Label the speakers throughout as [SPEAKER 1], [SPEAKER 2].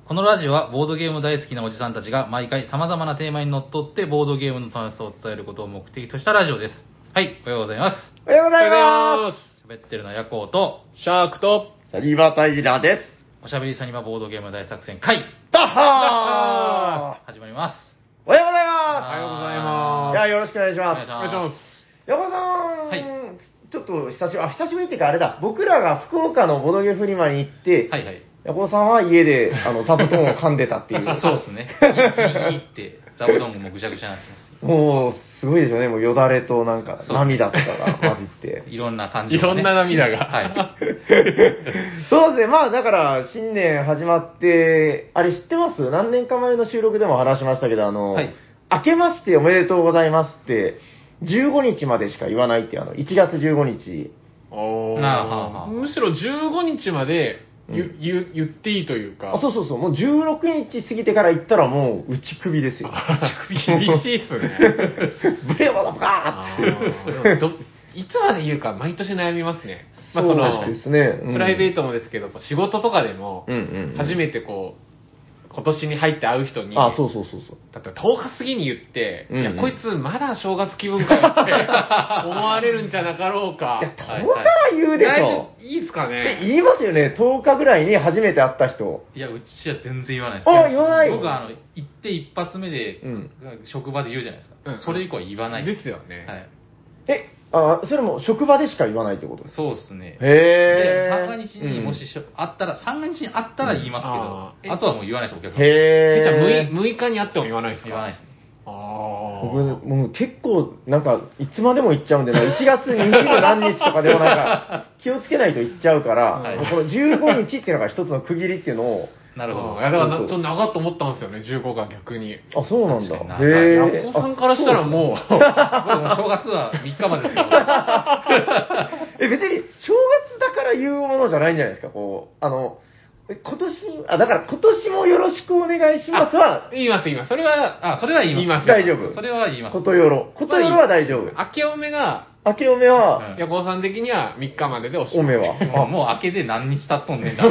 [SPEAKER 1] このラジオはボードゲーム大好きなおじさんたちが毎回様々なテーマにのっとってボードゲームの楽しさを伝えることを目的としたラジオです。はい、おはようございます。
[SPEAKER 2] おはようございま
[SPEAKER 1] 喋ってるのはヤコウと
[SPEAKER 3] シャークと
[SPEAKER 2] す。サニバタイラです。
[SPEAKER 1] おしゃべりサニバボードゲーム大作戦会
[SPEAKER 2] ダッハ
[SPEAKER 1] 始まります。
[SPEAKER 2] ーおはようござい
[SPEAKER 3] お
[SPEAKER 2] ま
[SPEAKER 3] はようございます。
[SPEAKER 2] す。いや、よろしくお願いします。
[SPEAKER 1] お願いし
[SPEAKER 3] お願いします。
[SPEAKER 2] ヤコさん、
[SPEAKER 1] はい
[SPEAKER 2] ちょっと久しぶりっていうかあれだ、僕らが福岡のボドゲフリマに行って、
[SPEAKER 1] はいはい。
[SPEAKER 2] ヤコさんは家で座布団を噛んでたっていう。
[SPEAKER 1] そうですね。ギリギリって座布団もぐちゃぐちゃになってます。
[SPEAKER 2] もう、すごいですよね。もうよだれとなんか
[SPEAKER 1] そう
[SPEAKER 2] 涙とかが混じって。
[SPEAKER 1] いろんな感じ、
[SPEAKER 3] いろんな涙が。
[SPEAKER 1] はい。
[SPEAKER 2] そうですね。まあだから、新年始まって、あれ知ってます？何年か前の収録でも話しましたけど、
[SPEAKER 1] はい
[SPEAKER 2] 明けましておめでとうございますって、15日までしか言わないっていう、1月15日。
[SPEAKER 3] おー
[SPEAKER 1] なあはあはあ
[SPEAKER 3] むしろ15日まで言っていいというか。
[SPEAKER 2] そうそうそう。もう16日過ぎてから行ったらもう、打ち首ですよ。
[SPEAKER 3] 厳しいっすね。
[SPEAKER 2] ブレーバーだ、ガ
[SPEAKER 3] あーでもいつまで言うか毎年悩みますね。
[SPEAKER 2] ーッそうですね。
[SPEAKER 3] プライベー
[SPEAKER 2] ト。
[SPEAKER 3] トもですけど、仕事とかでも、
[SPEAKER 2] うんうんうん
[SPEAKER 3] 初めて今年に入って会う人に、
[SPEAKER 2] そうそうそうそう。
[SPEAKER 3] だって10日過ぎに言って、
[SPEAKER 2] うんうん
[SPEAKER 3] いや、こいつまだ正月気分かよって思われるんじゃなかろうか。
[SPEAKER 2] いや、10日は言うでし
[SPEAKER 3] 大丈
[SPEAKER 2] ょ。
[SPEAKER 3] 夫いいっすかね。
[SPEAKER 2] 言いますよね。10日ぐらいに初めて会った人。
[SPEAKER 1] いや、うちは全然言わないです。
[SPEAKER 2] 言わない。
[SPEAKER 1] 僕は行って一発目で、
[SPEAKER 2] うん
[SPEAKER 1] 職場で言うじゃないですか。
[SPEAKER 3] うん
[SPEAKER 1] それ以降は言わない
[SPEAKER 3] ですよね。
[SPEAKER 1] はい。
[SPEAKER 2] それも職場でしか言わないってことですか？
[SPEAKER 1] そうですね。で、
[SPEAKER 2] へー。
[SPEAKER 1] 三が日にもし会ったら、三が日に会ったら言いますけど、あとはもう言わないです、お客さん。
[SPEAKER 3] じゃあ
[SPEAKER 2] へー。
[SPEAKER 3] 6日に会っても言わないですか？
[SPEAKER 1] 言わないですね。
[SPEAKER 3] あ
[SPEAKER 2] 僕、もう結構、なんか、いつまでも行っちゃうんで、1月20何日とかでもなんか、気をつけないと行っちゃうから、
[SPEAKER 1] はい
[SPEAKER 2] もうこの15日っていうのが一つの区切りっていうのを、
[SPEAKER 1] なるほど。
[SPEAKER 3] いや、だから
[SPEAKER 2] そうそう
[SPEAKER 3] ちょっと長っと思ったんですよね、15が逆に。
[SPEAKER 2] そうなんだ。
[SPEAKER 1] 確かに
[SPEAKER 2] へ
[SPEAKER 3] ヤ
[SPEAKER 2] ー。
[SPEAKER 3] コさんからしたらもう、
[SPEAKER 1] 僕も正月は3日までですけど、
[SPEAKER 2] 別に、正月だから言うものじゃないんじゃないですか、今年、だから今年もよろしくお願いしますは、
[SPEAKER 3] 言います。それは、
[SPEAKER 1] それは言います。
[SPEAKER 2] 大丈夫
[SPEAKER 1] それは言います。
[SPEAKER 2] ことよろ。ことよろは大丈夫。
[SPEAKER 3] 明けおめが、
[SPEAKER 2] 明けおめは、
[SPEAKER 1] うん
[SPEAKER 3] ヤコさん的には3日まででおしまい。
[SPEAKER 2] おめは。
[SPEAKER 1] もう明けで何日経っとんねんだ。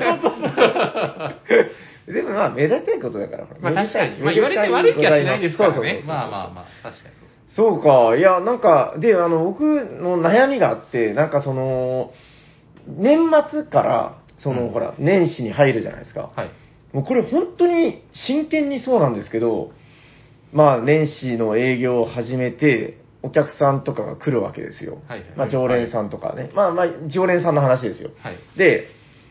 [SPEAKER 2] でもまあ、目立たいことだから。
[SPEAKER 3] まあ確かにまあ言われて悪い気はしないですからね
[SPEAKER 2] そうそうそうそう
[SPEAKER 1] まあまあまあ、確かにそうです。
[SPEAKER 2] そうか。いや、なんか、で、僕の悩みがあって、なんか年末から、
[SPEAKER 1] うん
[SPEAKER 2] ほら、年始に入るじゃないですか。
[SPEAKER 1] はい。
[SPEAKER 2] もうこれ本当に真剣にそうなんですけど、まあ、年始の営業を始めて、お客さんとかが来るわけですよ。
[SPEAKER 1] はいはい
[SPEAKER 2] まあ、常連さんとかね。まあ、常連さんの話ですよ。
[SPEAKER 1] はい。
[SPEAKER 2] で、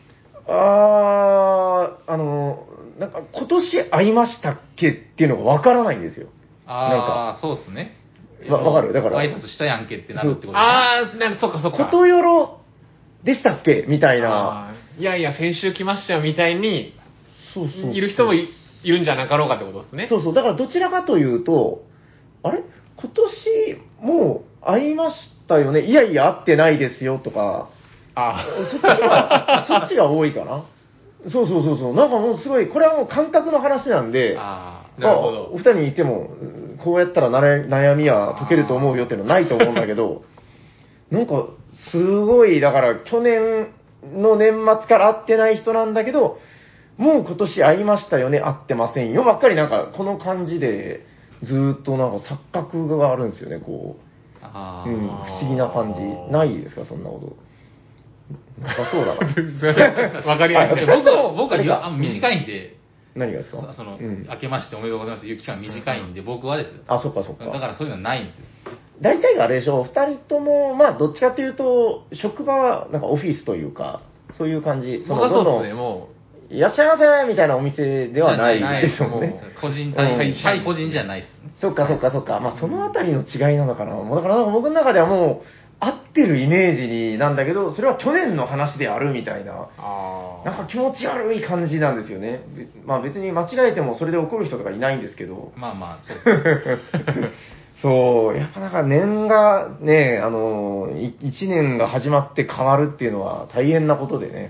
[SPEAKER 2] なんか今年会いましたっけっていうのがわからないんですよ。
[SPEAKER 1] ああ、そうですね。
[SPEAKER 2] わかるだから
[SPEAKER 1] 挨拶したやんけってなるってことですね。
[SPEAKER 3] なんかそっかそっか。
[SPEAKER 2] ことよろでしたっけみたいな。
[SPEAKER 3] いやいや、先週来ましたよみたいに、
[SPEAKER 2] そうそうそう
[SPEAKER 3] いる人もいるんじゃなかろうかってことですね。
[SPEAKER 2] そうそう。だからどちらかというと、あれ今年もう会いましたよねいやいや会ってないですよとか、そっちが多いかな。そうそうそうそう。なんかもうすごい、これはもう感覚の話なんで、
[SPEAKER 3] なるほど
[SPEAKER 2] お二人に言っても、こうやったら悩みは解けると思うよっていうのはないと思うんだけど、なんか、すごい、だから去年の年末から会ってない人なんだけど、もう今年会いましたよね、会ってませんよ、ばっかりなんか、この感じで、ずーっとなんか錯覚があるんですよね、こう。不思議な感じ。ないですか、そんなこと。なさそうだな。
[SPEAKER 3] すいません。わかりやすい。
[SPEAKER 1] 僕は短いんで、
[SPEAKER 2] 何がですか？
[SPEAKER 1] 明けましておめでとうございますという期間短いんで、僕はですよ。
[SPEAKER 2] そっかそっか。
[SPEAKER 1] だからそういうのはないんですよ。
[SPEAKER 2] 大体があれでしょ、二人とも、まあ、どっちかというと、職場は、なんかオフィスというか、そういう感じ。
[SPEAKER 3] 僕はそうですね、
[SPEAKER 2] どん
[SPEAKER 3] も
[SPEAKER 2] いらっしゃいませみたいなお店ではないですもんね。
[SPEAKER 1] 個人
[SPEAKER 2] うん
[SPEAKER 1] 個人じゃないですね。
[SPEAKER 2] そっかそっかそっか。まあ、そのあたりの違いなのかな。もうだからなんか僕の中ではもう、合ってるイメージになんだけど、それは去年の話であるみたいな。なんか気持ち悪い感じなんですよね。まあ別に間違えてもそれで怒る人とかいないんですけど。
[SPEAKER 1] まあまあ、そうですね。
[SPEAKER 2] そう、やっぱなんか年がね、一年が始まって変わるっていうのは大変なことでね。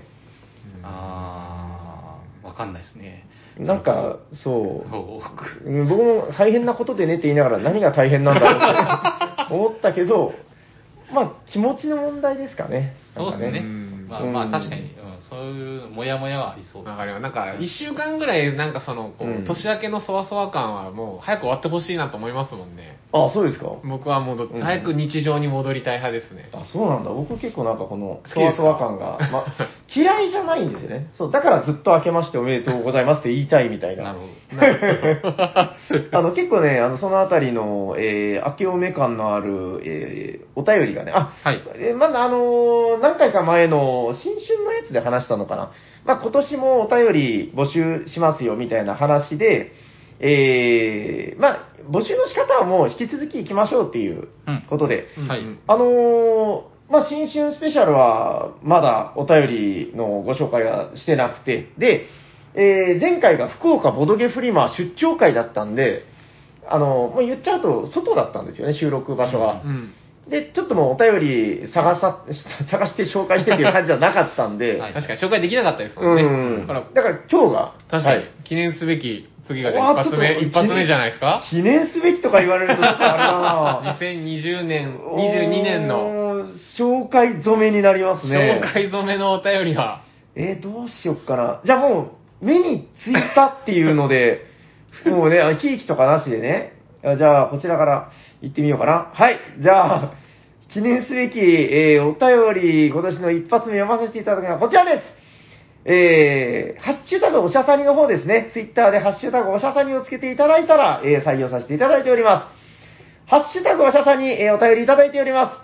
[SPEAKER 1] わかんないですね。
[SPEAKER 2] なんか、そう。
[SPEAKER 1] そう
[SPEAKER 2] 僕も大変なことでねって言いながら何が大変なんだろうって思ったけど、まあ気持ちの問題ですかね。
[SPEAKER 1] そうですね。
[SPEAKER 2] なんか
[SPEAKER 1] まあ確かに、そういうモヤモヤはありそうです。
[SPEAKER 3] わかります。なんか、一週間ぐらい、なんかこう、年明けのそわそわ感はもう、早く終わってほしいなと思いますもんね。
[SPEAKER 2] あ、そうですか。
[SPEAKER 3] 僕は早く日常に戻りたい派ですね。
[SPEAKER 2] あ、そうなんだ。僕結構なんかこの、
[SPEAKER 3] 好きですか
[SPEAKER 2] そわそわ感が、嫌いじゃないんですよね。そう、だからずっと明けましておめでとうございますって言いたいみたいな。
[SPEAKER 1] なるほど。
[SPEAKER 2] 結構ね、そのあたりの、明けおめ感のある、お便りがね、
[SPEAKER 1] はい
[SPEAKER 2] まだ何回か前の新春のやつで話したのかな。今年もお便り募集しますよみたいな話で、募集の仕方はもう引き続き行きましょうっていうことで、
[SPEAKER 1] はい。
[SPEAKER 2] 新春スペシャルはまだお便りのご紹介はしてなくて、で、前回が福岡ボドゲフリマ出張会だったんで、もう言っちゃうと外だったんですよね、収録場所が。で、ちょっともうお便り探して紹介してっていう感じじゃなかったんで、
[SPEAKER 1] はい
[SPEAKER 3] 確かに紹介できなかったですもんね。
[SPEAKER 2] だから今日が、
[SPEAKER 3] 確かに、記念すべき、次がじゃあ一発目じゃないですか。
[SPEAKER 2] 記念すべきとか言われるとちょっとあれだな
[SPEAKER 3] 2020年、22年の
[SPEAKER 2] 紹介染めになりますね。
[SPEAKER 3] 紹介染めのお便りは。
[SPEAKER 2] どうしよっかな。じゃあもう、目についたっていうので、もうね、ひいきとかなしでね。じゃあ、こちらから行ってみようかな。はい。じゃあ、記念すべき、お便り、今年の一発目読ませていただくのはこちらです。ハッシュタグおしゃさにの方ですね。ツイッターでハッシュタグおしゃさにをつけていただいたら、採用させていただいております。ハッシュタグおしゃさに、お便りいただいております。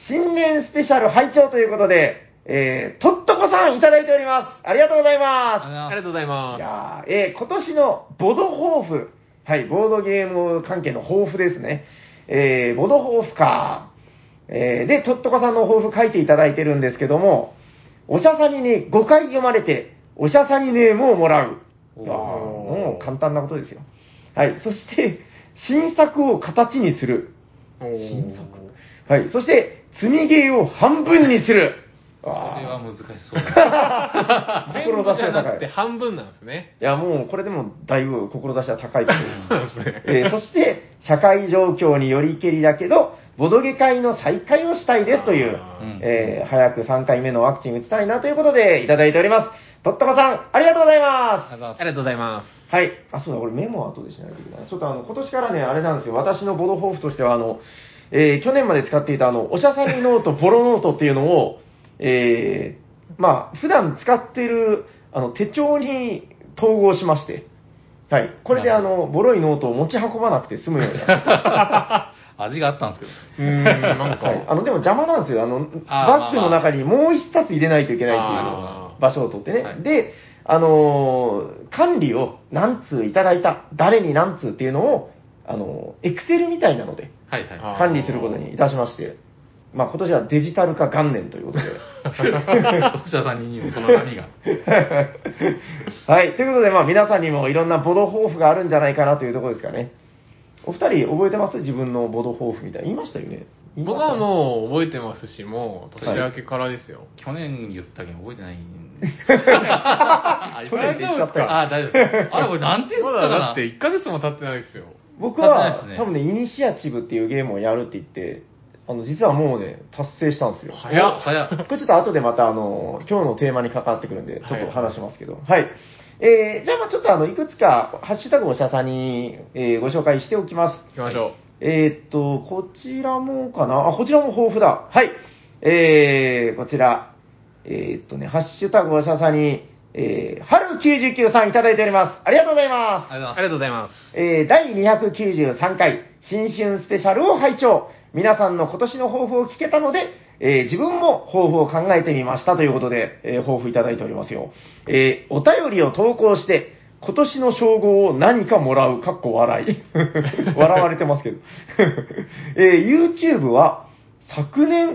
[SPEAKER 2] 新年スペシャル拝聴ということで、とっとこさんいただいております。ありがとうございます。
[SPEAKER 3] ありがとうございま
[SPEAKER 2] いや今年のボド抱負。はい、ボードゲーム関係の抱負ですね。ボド抱負か。で、とっとこさんの抱負書いていただいてるんですけども、おしゃさにに5回読まれて、おしゃさにネームをもらう。もう簡単なことですよ。はい、そして、新作を形にする。新作。はい、そして、積みゲーを半分にする。
[SPEAKER 1] それは難しそう
[SPEAKER 3] す。全部じゃなくて半分なんですね。
[SPEAKER 2] いや、もう、これでも、だいぶ、志は高いと思う。そして、社会状況によりけりだけど、ボドゲ会の再開をしたいですという、早く3回目のワクチン打ちたいなということで、いただいております。とっとこさん、ありがとうございます。
[SPEAKER 3] ありがとうございます。
[SPEAKER 2] はい。そうだ、俺メモ後でしないといけない。ちょっと今年からね、あれなんですよ、私のボド抱負としては、去年まで使っていたおしゃさにノート、ボロノートっていうのを、普段使っている手帳に統合しまして、はい。これでボロいノートを持ち運ばなくて済むようにな
[SPEAKER 1] 味があったんですけど。
[SPEAKER 3] なんか、
[SPEAKER 2] はい、でも邪魔なんですよ。バッグの中にもう一冊入れないといけないっていう場所を取ってね。
[SPEAKER 1] はい、で、
[SPEAKER 2] 管理を何通いただいた、誰に何通っていうのを、エクセルみたいなので、管理することにいたしまして、今年はデジタル化元年ということで。
[SPEAKER 1] おしゃさんにもその波が。
[SPEAKER 2] はい。ということで、皆さんにもいろんなボド抱負があるんじゃないかなというところですかね。お二人覚えてます？自分のボド抱負みたいな。言いましたよね。
[SPEAKER 3] 僕はもう覚えてますし、もう年明けからですよ。
[SPEAKER 1] 去年言ったけど覚えてないんで。
[SPEAKER 2] 去年って言っちゃったよ。
[SPEAKER 1] 大丈夫です。あれ、これなんて言ったかな。
[SPEAKER 3] まだだって1ヶ月も経ってないですよ。
[SPEAKER 2] 僕は、多分ね、イニシアチブっていうゲームをやるって言って、実はもうね、達成したんですよ。
[SPEAKER 1] 早っ。これ
[SPEAKER 2] ちょっと後でまた今日のテーマに関わってくるんで、ちょっと話しますけど。はい。じゃあちょっといくつか、ハッシュタグおしゃさに、ご紹介しておきます。
[SPEAKER 3] 行きましょ
[SPEAKER 2] う。こちらもかなこちらも豊富だ。はい。こちら。ハッシュタグおしゃさに、春99さんいただいております。ありがとうございます。
[SPEAKER 3] ありがとうございます。
[SPEAKER 2] 第293回、新春スペシャルを拝聴。皆さんの今年の抱負を聞けたので、自分も抱負を考えてみましたということで、抱負いただいておりますよ。お便りを投稿して、今年の称号を何かもらう、かっこ笑い。笑われてますけど。YouTube は昨年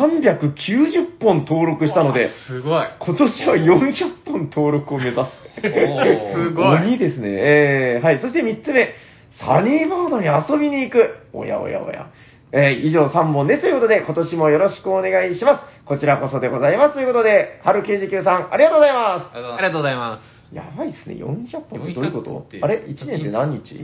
[SPEAKER 2] 390本登録したので、
[SPEAKER 3] すごい。
[SPEAKER 2] 今年は400本登録を目指す。
[SPEAKER 3] すごい。
[SPEAKER 2] 鬼ですね。はい。そして3つ目、サニーバードに遊びに行く。おやおやおや。以上3本ですということで、今年もよろしくお願いします。こちらこそでございますということで、春99さん、ありがとうございます。
[SPEAKER 3] ありがとうございます。
[SPEAKER 2] やばいっすね。400本ってどういうこ
[SPEAKER 1] 400
[SPEAKER 2] と
[SPEAKER 1] って
[SPEAKER 2] あれ ?1 年って何日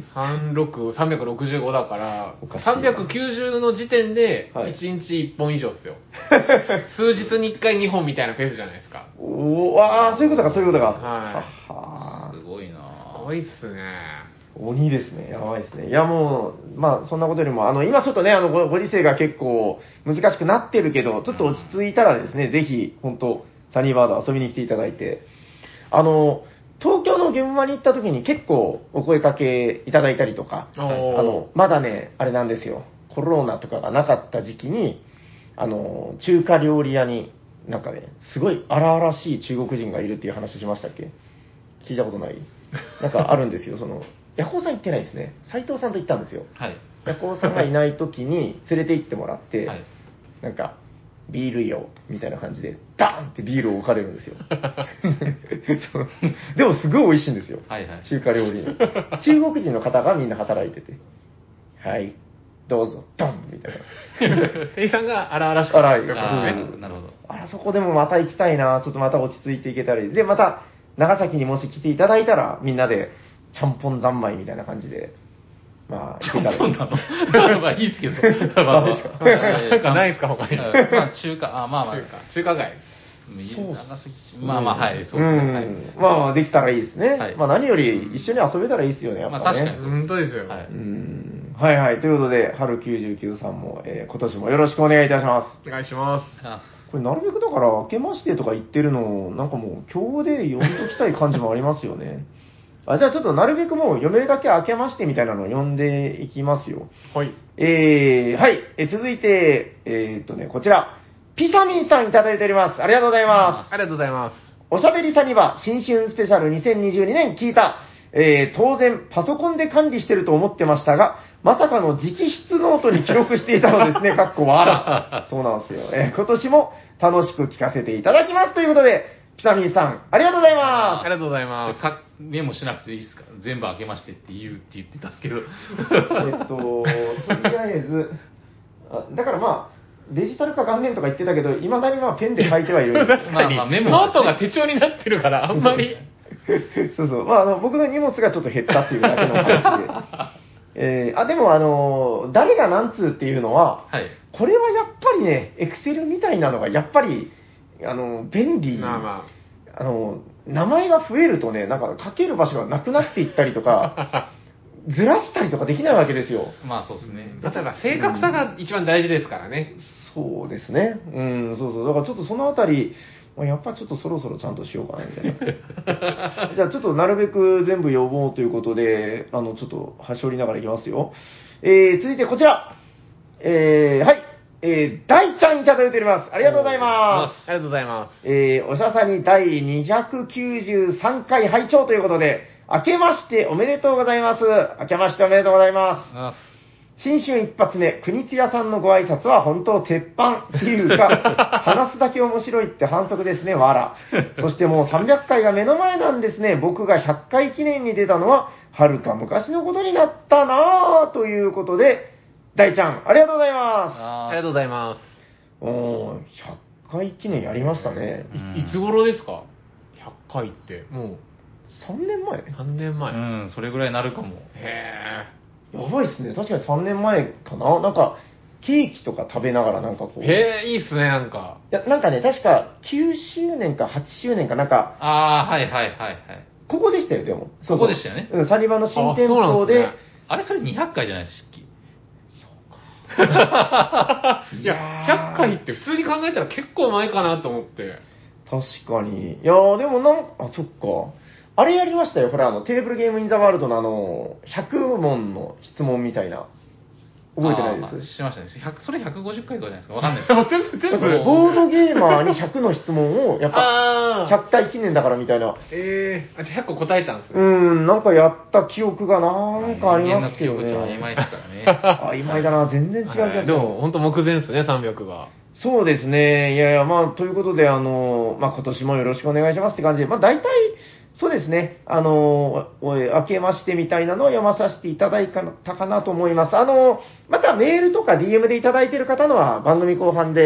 [SPEAKER 3] 365だから
[SPEAKER 2] おかしいな、
[SPEAKER 3] 390の時点で
[SPEAKER 2] はい
[SPEAKER 3] 1日1本以上っすよ。数日に1回2本みたいなペースじゃないですか。
[SPEAKER 2] おー、あー、そういうことか、そういうことか。
[SPEAKER 3] はい
[SPEAKER 2] は
[SPEAKER 1] すごいな
[SPEAKER 3] すごいっすね。
[SPEAKER 2] 鬼ですね。やばいですね。いやもう、まあそんなことよりも、今ちょっとね、ご時世が結構難しくなってるけど、ちょっと落ち着いたらですね、ぜひ、本当サニーバード遊びに来ていただいて、東京の現場に行った時に結構お声かけいただいたりとか、
[SPEAKER 3] おー
[SPEAKER 2] まだね、あれなんですよ、コロナとかがなかった時期に、中華料理屋に、なんかね、すごい荒々しい中国人がいるっていう話しましたっけ？聞いたことない？なんかあるんですよ、ヤコウさん行ってないですね。斉藤さんと行ったんですよ。
[SPEAKER 1] はい。
[SPEAKER 2] ヤコウさんがいない時に連れて行ってもらって、
[SPEAKER 1] はい。
[SPEAKER 2] なんか、ビールよ、みたいな感じで、ダーンってビールを置かれるんですよ。そうでもすごい美味しいんですよ。
[SPEAKER 1] はいはい
[SPEAKER 2] 中華料理の。中国人の方がみんな働いてて、はい、どうぞ、ドンみたいな。
[SPEAKER 3] 店員さんが荒々しく
[SPEAKER 2] 荒い
[SPEAKER 3] やっぱ
[SPEAKER 1] あ
[SPEAKER 3] ね
[SPEAKER 1] ーなるほど。
[SPEAKER 2] あそこでもまた行きたいな、ちょっとまた落ち着いていけたり。で、また、長崎にもし来ていただいたら、みんなで、ちゃんぽん三昧みたいな感じで、まあ、
[SPEAKER 1] ち
[SPEAKER 2] 行けたら
[SPEAKER 1] ゃんぽんなのまあいいですけど。まあまあ
[SPEAKER 3] なんかないですか他に。
[SPEAKER 1] まあ中華、まあまあ。
[SPEAKER 3] 中華街。
[SPEAKER 2] そう
[SPEAKER 1] 長崎まあまあ、はい、そう
[SPEAKER 2] う
[SPEAKER 1] ですね。はい
[SPEAKER 2] ん。まあ、できたらいいですね。
[SPEAKER 1] はい
[SPEAKER 2] まあ、何より一緒に遊べたらいいですよね、やっぱね。
[SPEAKER 1] まあ確かにそう
[SPEAKER 3] 本当ですよ。
[SPEAKER 1] はい
[SPEAKER 2] はいはい。ということで、春99さんも、今年もよろしくお願いいたします。
[SPEAKER 3] お願いします。
[SPEAKER 1] あ
[SPEAKER 2] これ、なるべくだから、明けましてとか言ってるのを、なんかもう、今日で読んどきたい感じもありますよね。あ、じゃあちょっとなるべくもう読めるだけ明けましてみたいなのを読んでいきますよ。
[SPEAKER 3] はい。
[SPEAKER 2] はい。続いて、こちら。ピサミンさんいただいております。ありがとうございます。
[SPEAKER 3] ありがとうございます。
[SPEAKER 2] おしゃべりサニバ新春スペシャル2022年聞いた。当然、パソコンで管理してると思ってましたが、まさかの直筆ノートに記録していたのですね、かっこわら。そうなんですよ。今年も楽しく聞かせていただきますということで、ピサミンさん、ありがとうございま
[SPEAKER 3] ありがとうございます。
[SPEAKER 1] メモしなくていいですか？全部開けましてって言ってたんですけど。
[SPEAKER 2] す。とりあえず、だからまあ、デジタル化元年とか言ってたけど、いまだにまあペンで書いてはいるんです。
[SPEAKER 3] 確かに、
[SPEAKER 1] まあまあメモ
[SPEAKER 3] ノートが手帳になってるから、あんまり。
[SPEAKER 2] そうそう。まあ、僕の荷物がちょっと減ったっていうだけの話で。でも、誰が何通っていうのは、
[SPEAKER 1] はい。
[SPEAKER 2] これはやっぱりね、エクセルみたいなのがやっぱり、便利。
[SPEAKER 3] まあま
[SPEAKER 2] 名前が増えるとね、なんか書ける場所がなくなっていったりとか、ずらしたりとかできないわけですよ。
[SPEAKER 1] まあそうですね。
[SPEAKER 3] あ。例えば正確さが一番大事ですからね。
[SPEAKER 2] そうですね。そうそう。だからちょっとそのあたり、やっぱちょっとそろそろちゃんとしようかな、みたいな。じゃあちょっとなるべく全部呼ぼうということで、ちょっと端折りながらいきますよ。続いてこちら。はい。大ちゃんいただいております。ありがとうございます。
[SPEAKER 3] ありがとうございます。
[SPEAKER 2] おしゃさに第293回拝聴ということで、明けましておめでとうございます。明けましておめでとうございます。
[SPEAKER 1] あ
[SPEAKER 2] 新春一発目、国津屋さんのご挨拶は本当鉄板っていうか、話すだけ面白いって反則ですね、わら。そしてもう300回が目の前なんですね。僕が100回記念に出たのは、はるか昔のことになったなぁ、ということで、大ちゃん、ありがとうございま
[SPEAKER 3] ありがとうございます。
[SPEAKER 2] す。100回記念やりましたね。
[SPEAKER 3] いつ頃ですか ?100 回って。も
[SPEAKER 2] 3年前
[SPEAKER 3] う3年前。
[SPEAKER 1] うん、それぐらいなるかも。
[SPEAKER 3] へ
[SPEAKER 2] やばいっすね。確かに3年前かな。なんか、ケーキとか食べながらなんかこう。
[SPEAKER 3] え。へえ、いいっすね、なんか。
[SPEAKER 2] いや、なんかね、確か9周年か8周年かなんか、
[SPEAKER 1] ああ、はいはいはいはい。
[SPEAKER 2] ここでしたよ、でも。
[SPEAKER 1] ここでしたよね
[SPEAKER 2] うん、サニバの新店
[SPEAKER 3] あそうなん
[SPEAKER 2] 舗で
[SPEAKER 3] ですね、
[SPEAKER 1] あれそれ200回じゃないですか。
[SPEAKER 3] いや、100回って普通に考えたら結構前かなと思って。
[SPEAKER 2] 確かに。いやー、でもそっか。あれやりましたよ。ほら、テーブルゲームインザワールドの100問の質問みたいな。覚えてないです
[SPEAKER 1] しましたね。それ150回とかじゃないですか。わかんないです。
[SPEAKER 3] 全部、
[SPEAKER 2] ボードゲーマーに100の質問を、やっぱ、
[SPEAKER 3] ああ。
[SPEAKER 2] 100回記念だからみたいな。
[SPEAKER 3] じゃあ100個答えたんですね。
[SPEAKER 2] なんかやった記憶がなんかありますけどね。
[SPEAKER 1] 人間の記憶値は曖昧ですからね。
[SPEAKER 2] 曖昧だな、全然違う気がする。
[SPEAKER 3] でも、本当目前ですね、300が。
[SPEAKER 2] そうですね。いやいや、まあ、ということで、今年もよろしくお願いしますって感じで、まあ、大体、そうですね。明けましてみたいなのを読まさせていただいたかなと思います。またメールとか DM でいただいている方のは番組後半で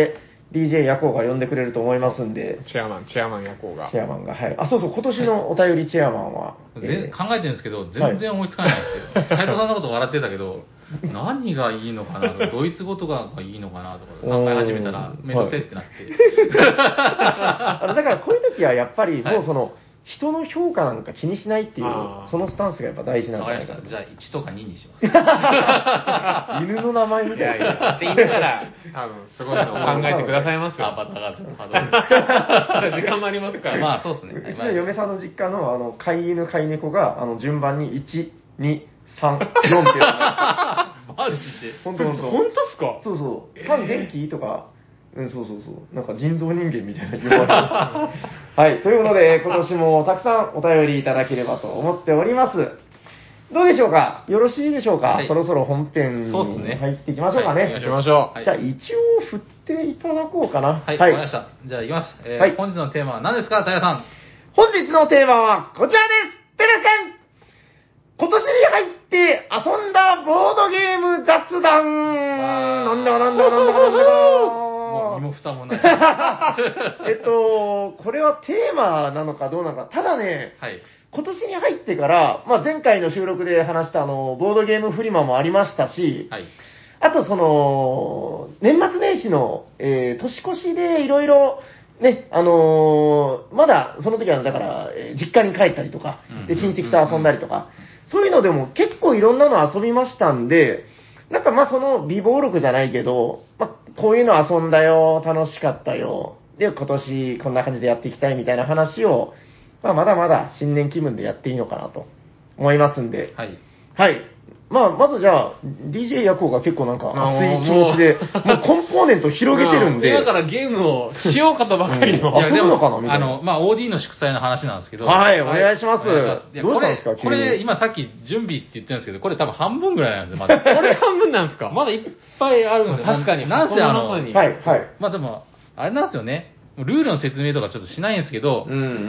[SPEAKER 2] DJ ヤコウが呼んでくれると思いますんで、
[SPEAKER 3] チェアマン夜行が。
[SPEAKER 2] チェアマンが、はい。あ、そうそう、今年のお便りチェアマンは、
[SPEAKER 1] 考えてるんですけど、全然思いつかないんですよ。斉藤さんのこと笑ってたけど、何がいいのかなとか、ドイツ語とかがいいのかなとか考え始めたら、めんどくせえってなって。
[SPEAKER 2] だからこういう時はやっぱり、もうその、人の評価なんか気にしないっていう、そのスタンスがやっぱ大事なんじゃないかな。
[SPEAKER 1] じゃあ1とか2にします。
[SPEAKER 2] 犬の名前みたいな。
[SPEAKER 3] って言ったら、多分、すごいのを考えてくださいますよ。
[SPEAKER 1] バタがちょっとハードル。
[SPEAKER 3] 時間もありますから。
[SPEAKER 1] まあ、そうですね。
[SPEAKER 2] うちの嫁さんの実家の、飼い犬、飼い猫が、順番に1、2、3、4ってや
[SPEAKER 1] マジで
[SPEAKER 2] 本当
[SPEAKER 3] 本当っすか？
[SPEAKER 2] そうそう。ファン元気とか、そうそうそう。なんか人造人間みたいな言われます。はい。ということで、今年もたくさんお便りいただければと思っております。どうでしょうか？よろしいでしょうか？
[SPEAKER 1] はい
[SPEAKER 2] そろそろ本編に
[SPEAKER 1] そうっすね
[SPEAKER 2] 入っていきましょうかね。
[SPEAKER 1] はい
[SPEAKER 3] 行きましょう。
[SPEAKER 1] はい
[SPEAKER 2] じゃあ一応振っていただこうかな。
[SPEAKER 1] はい、わかりました。じゃあ、いきます。
[SPEAKER 2] はい
[SPEAKER 1] 本日のテーマは何ですか、平さん。
[SPEAKER 2] 本日のテーマはこちらです。テレセン今年に入って遊んだボードゲーム雑談なんだかなんだかなんだかなんだ
[SPEAKER 1] もう身も蓋もない。
[SPEAKER 2] かこれはテーマなのかどうなのか。ただね、
[SPEAKER 1] はい。
[SPEAKER 2] 今年に入ってから、前回の収録で話したボードゲームフリマもありましたし、
[SPEAKER 1] はい。
[SPEAKER 2] あと年末年始の、年越しでいろいろ、ね、まだその時はだから、実家に帰ったりとか、で親戚と遊んだりとか、そういうのでも結構いろんなの遊びましたんで、なんかその微暴録じゃないけど、こういうの遊んだよ、楽しかったよ、で、今年こんな感じでやっていきたいみたいな話を、まだまだ新年気分でやっていいのかなと思いますんで、
[SPEAKER 1] はい。
[SPEAKER 2] はい。まずじゃあ、DJ ヤコウが結構なんか熱い気持ちで、もうコンポーネント広げてるんで。
[SPEAKER 3] 今からゲームをしようかとばかりの。
[SPEAKER 2] 遊ぶのかなみたいな
[SPEAKER 1] OD の祝祭の話なんですけど。
[SPEAKER 2] はい、お願いします。
[SPEAKER 1] お願いします
[SPEAKER 2] どうしたんですか、
[SPEAKER 1] これ、今さっき準備って言ってるんですけど、これ多分半分ぐらいなんですよ、まだ。
[SPEAKER 3] これ半分なんですか？
[SPEAKER 1] まだいっぱいあるんですよ。
[SPEAKER 3] 確かに。
[SPEAKER 1] なんせ
[SPEAKER 3] 箱の中に
[SPEAKER 2] はい、はい。
[SPEAKER 1] でも、あれなんですよね。ルールの説明とかちょっとしないんですけど、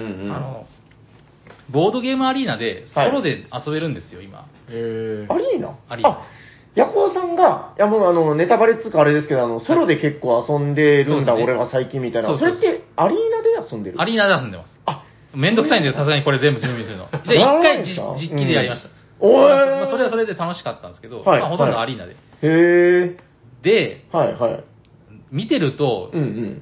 [SPEAKER 1] ボードゲームアリーナでソロで遊べるんですよ、今。
[SPEAKER 2] アリーナ
[SPEAKER 1] アリーナ
[SPEAKER 2] あ、ヤコウさんが、いやもうネタバレっつうかあれですけど、ソロで結構遊んでるんだ、
[SPEAKER 1] そうですね
[SPEAKER 2] 俺は最近みたいな。
[SPEAKER 1] そうそう
[SPEAKER 2] それってアリーナで遊んでる
[SPEAKER 1] アリーナで遊んでます。
[SPEAKER 2] あ、
[SPEAKER 1] めんどくさいんで、さすがにこれ全部準備するの。で、一
[SPEAKER 2] ならない
[SPEAKER 1] 回
[SPEAKER 2] んですか
[SPEAKER 1] 実機でやりました。
[SPEAKER 2] おー
[SPEAKER 1] それはそれで楽しかったんですけど、
[SPEAKER 2] はい
[SPEAKER 1] ほとんどアリーナで。
[SPEAKER 2] へ
[SPEAKER 1] で、
[SPEAKER 2] ー。はい、はい。
[SPEAKER 1] 見てると、
[SPEAKER 2] うん。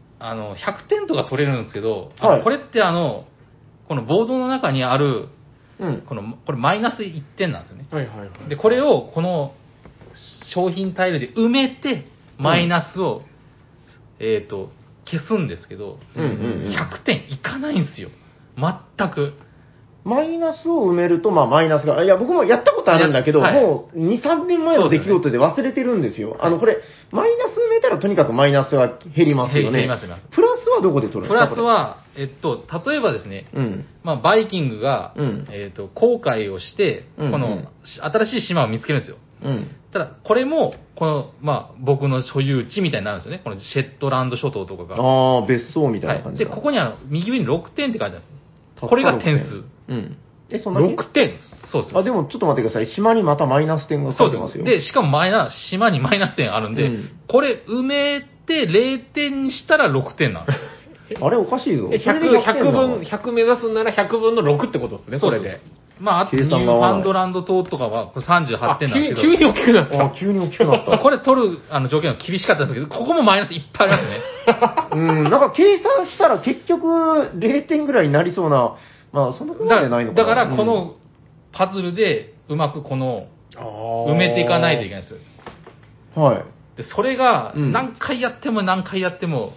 [SPEAKER 1] 100点とか取れるんですけど、
[SPEAKER 2] はい
[SPEAKER 1] これってこのボードの中にある、これマイナス1点なんですよね。
[SPEAKER 3] はいはいはい。
[SPEAKER 1] で、これをこの商品タイルで埋めて、マイナスを、消すんですけど、100点いかないんですよ。全く。
[SPEAKER 2] マイナスを埋めると、マイナスが、いや、僕もやったことあるんだけど、
[SPEAKER 1] はい
[SPEAKER 2] もう2、3年前の出来事で忘れてるんですよ。これ、マイナス埋めたらとにかくマイナスは減りますよね。
[SPEAKER 1] 減ります減ります
[SPEAKER 2] プラスはどこで取るん
[SPEAKER 1] プ
[SPEAKER 2] ですか
[SPEAKER 1] ラスは、例えばですね、
[SPEAKER 2] これうん。
[SPEAKER 1] バイキングが、航海をして、
[SPEAKER 2] うん
[SPEAKER 1] この新しい島を見つけるんですよ。
[SPEAKER 2] うん。
[SPEAKER 1] ただ、これも、僕の所有地みたいになるんですよね。このシェットランド諸島とかが。
[SPEAKER 2] ああ、別荘みたいな
[SPEAKER 1] はい。で、
[SPEAKER 2] 感じだ。
[SPEAKER 1] ここに右上に6点って書いてあるんですね。これが点数。
[SPEAKER 2] うん。そんなに
[SPEAKER 1] 6点そうです。
[SPEAKER 2] あ、でもちょっと待ってください。島にまたマイナス点が
[SPEAKER 1] そうで。
[SPEAKER 2] 書いてますすよ。
[SPEAKER 1] で、しかも島にマイナス点あるんで、これ埋めて0点にしたら6点なんですよ。
[SPEAKER 2] あれおかしいぞ。それで
[SPEAKER 3] 100目指すなら100分の6ってことですね、これで。
[SPEAKER 1] あとニューファンドランド島とかはこれ38点なんですけど。
[SPEAKER 3] 急に大きくなった。
[SPEAKER 2] 急に大きくなった。
[SPEAKER 1] これ取る条件は厳しかったんですけど、ここもマイナスいっぱいありますね。
[SPEAKER 2] なんか計算したら結局0点ぐらいになりそうな、そんなことじゃないのかな。
[SPEAKER 1] だからこのパズルでうまく埋めていかないといけないんですよ。
[SPEAKER 2] はい。
[SPEAKER 1] で、それが何回やっても何回やっても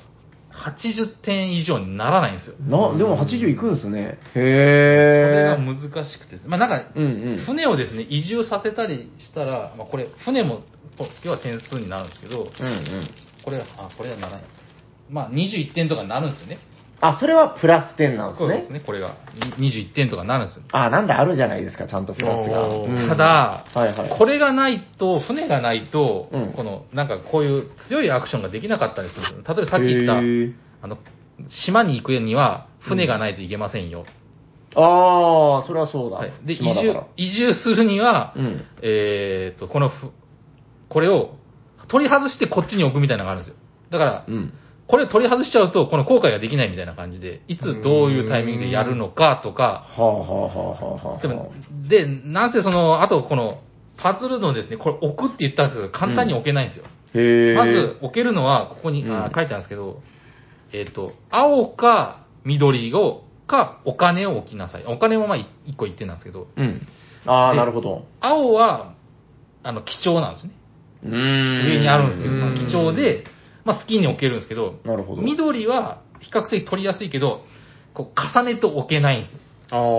[SPEAKER 1] 80点以上にならないんですよ。
[SPEAKER 2] でも80いくんですね。
[SPEAKER 1] それ
[SPEAKER 2] へ
[SPEAKER 1] が難しくて、なんか、船をですね、移住させたりしたら、これ、船も、要は点数になるんですけど、これはならないです。21点とかになるんですよね。
[SPEAKER 2] あ、それはプラス点なんですね。
[SPEAKER 1] そうですね、これが。21点とかになるんですよ。
[SPEAKER 2] なんだ、あるじゃないですか、ちゃんとプラスが。
[SPEAKER 1] ただ、
[SPEAKER 2] はいはい、
[SPEAKER 1] これがないと、船がないと、
[SPEAKER 2] こ
[SPEAKER 1] なんかこういう強いアクションができなかったりするんですよ。例えばさっき言った、島に行くには、船がないといけませんよ。
[SPEAKER 2] ああ、それはそうだ。
[SPEAKER 1] はい、で、移住するには、これを取り外してこっちに置くみたいなのがあるんですよ。だから、 これ取り外しちゃうと、この後悔ができないみたいな感じで、いつどういうタイミングでやるのかとか、でも、なんせあとこの、パズルのですね、これ置くって言ったんですけど、簡単に置けないんですよ。まず置けるのは、ここに、書いてあるんですけど、青か緑かお金を置きなさい。お金も1個1点なんですけど。
[SPEAKER 2] なるほど。
[SPEAKER 1] 青は、貴重なんですね。上にあるんですけど、貴重で、好きに置けるんですけど、
[SPEAKER 2] なるほど。
[SPEAKER 1] 緑は比較的取りやすいけど、こう重ねて置けないんですよ。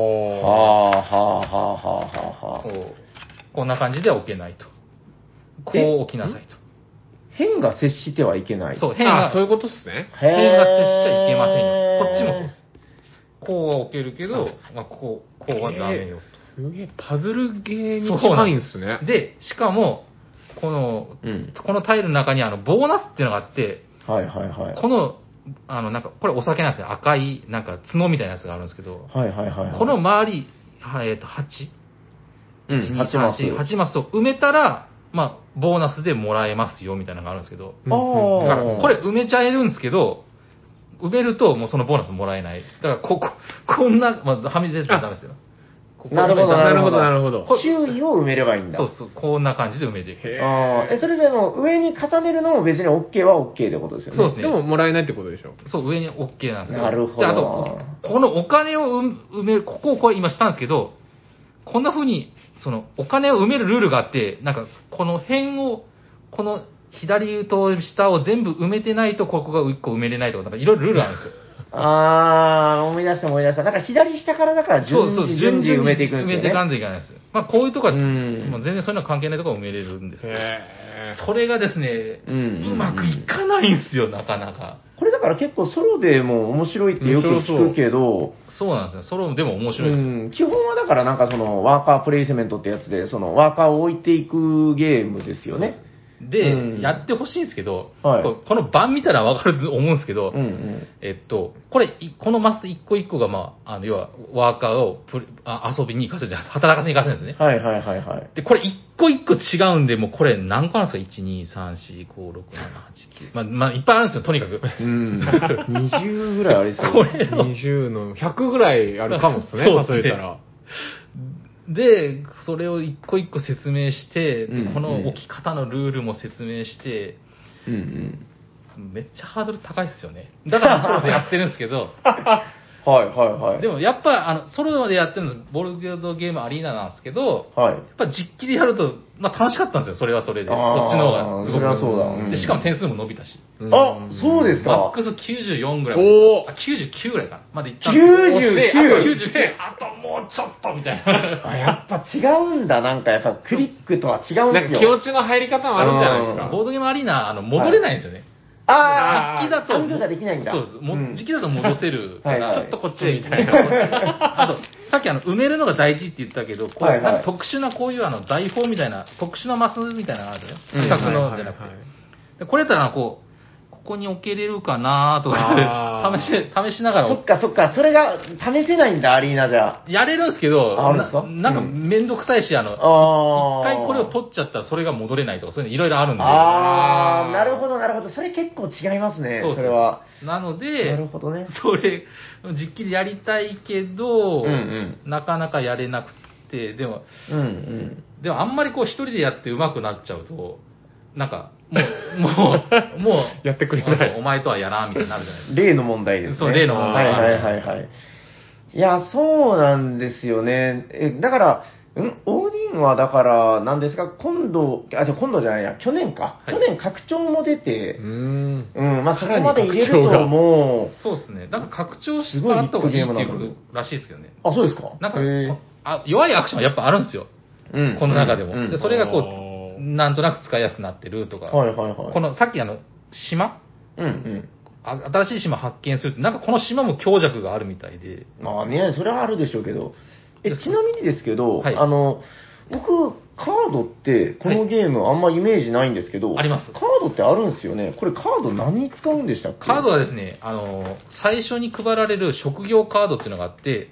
[SPEAKER 1] こんな感じで置けないと。こう置きなさいと。
[SPEAKER 2] 辺が接してはいけない。
[SPEAKER 1] そう、辺が、
[SPEAKER 3] そういうことっすね。
[SPEAKER 1] 辺が接しちゃいけませんよ。こっちもそうです。こうは置けるけど、こうはダメよ。
[SPEAKER 3] すげえ、パズルゲーに近いんですね。
[SPEAKER 1] で、しかも、このタイルの中にボーナスっていうのがあって、この、これお酒なんですね。赤い、角みたいなやつがあるんですけど、この周り、8、8マスを埋めたら、ボーナスでもらえますよ、みたいなのがあるんですけど、だから、これ埋めちゃえるんですけど、埋めるともうそのボーナスもらえない。だから、こんな、はみ出てたらダメですよ。
[SPEAKER 2] なるほど、なるほど、
[SPEAKER 3] なるほど。
[SPEAKER 2] 周囲を埋めればいいんだ。
[SPEAKER 1] そう、こんな感じで埋めていく。
[SPEAKER 2] それでも上に重ねるのも別に OK は OK ってことですよね。
[SPEAKER 1] そうですね。
[SPEAKER 3] でももらえないってことでしょ。
[SPEAKER 1] そう、上に OK なんですけど。
[SPEAKER 2] なるほど。
[SPEAKER 1] あと、このお金を埋める、これ今したんですけど、こんな風に、お金を埋めるルールがあって、この辺を、この左と下を全部埋めてないと、ここが1個埋めれないとか、いろいろルールあるんですよ。
[SPEAKER 2] 思い出した。左下からだから順次埋めていくんですよね。
[SPEAKER 1] 埋めていかんといけないんですよ。こういうとこは、全然そういうの関係ないところは埋めれるんですけど、それがですね、うまくいかないんですよ、なかなか。
[SPEAKER 2] これだから結構ソロでも面白いってよく聞くけど、
[SPEAKER 1] そうなんですね。ソロでも面白いですよ。
[SPEAKER 2] 基本はだからワーカープレイスメントってやつで、ワーカーを置いていくゲームですよね。
[SPEAKER 1] で、やってほしいんですけど、この盤見たらわかると思うんですけど、このマス一個一個が、要は、ワーカーを遊びに行かせるじゃないですか。働かせに行かせるんですね。で、これ一個一個違うんで、もうこれ何個あるんですか ?1、2、3、4、5、6、7、8、9。いっぱいあるんですよ、とにかく。
[SPEAKER 2] 20ぐらいありそう。
[SPEAKER 3] これ20の100ぐらいあるかもですね、数えたら。
[SPEAKER 1] で、それを一個一個説明して、この置き方のルールも説明して、めっちゃハードル高いですよね。だからソロでやってるんですけど、でもやっぱソロでやってるのボードゲームアリーナなんですけど、やっぱ実機でやると、楽しかったんですよ、それはそれで。そっちの方がすごく。
[SPEAKER 2] それはそうだ。
[SPEAKER 1] で、しかも点数も伸びたし。
[SPEAKER 2] そうですか。
[SPEAKER 1] マックス94ぐらい。99ぐらいかな。までいったんです
[SPEAKER 2] よ。
[SPEAKER 1] 99。あともうちょっとみたいな。
[SPEAKER 2] やっぱ違うんだ。やっぱクリックとは違うんですよ。
[SPEAKER 3] 気持ちの入り方もあるんじゃないですか。
[SPEAKER 1] ボードゲームアリーナ、戻れないんですよね。実機だと、
[SPEAKER 2] アンドができないんだ。
[SPEAKER 1] そうです。実機だと戻せるから、
[SPEAKER 3] ちょっとこっちみたいな。
[SPEAKER 1] あと、さっき埋めるのが大事って言ったけど、特殊なこういう台本みたいな、特殊なマスみたいなのがあるよ。四角のじゃなくて。これやったらここに置けれるかなとか、試しながら。
[SPEAKER 2] そっか。それが試せないんだ、アリーナじゃ。
[SPEAKER 1] やれるんですけど、めんどくさいし、一回これを取っちゃったらそれが戻れないとか、そういうのいろいろあるんで。
[SPEAKER 2] なるほど。それ結構違いますね、それは。
[SPEAKER 1] なので、
[SPEAKER 2] なるほどね。
[SPEAKER 1] それ、実機でやりたいけど、なかなかやれなくて、でもあんまり一人でやって上手くなっちゃうと、もう、
[SPEAKER 3] やってくれない。
[SPEAKER 1] お前とはやらんみたいになるじゃないですか。
[SPEAKER 2] 例の問題ですね。
[SPEAKER 1] そう、例の問題。
[SPEAKER 2] いや、そうなんですよね。だから、オーディンはだから、なんですか、今度じゃないや、去年か。去年拡張も出て、そこまで入れるともう、
[SPEAKER 1] そうですね。拡張した後がいいっていうことらしいですけどね。
[SPEAKER 2] そうですか。
[SPEAKER 1] 弱いアクションはやっぱあるんですよ。この中でも。で、それがなんとなく使いやすくなってるとか。この、さっき島新しい島発見するって、この島も強弱があるみたいで。
[SPEAKER 2] それはあるでしょうけど。ちなみにですけど、僕、カードって、このゲームあんまイメージないんですけど、
[SPEAKER 1] あります。
[SPEAKER 2] カードってあるんですよね。これカード何に使うんでしたっけ？
[SPEAKER 1] カードはですね、最初に配られる職業カードっていうのがあって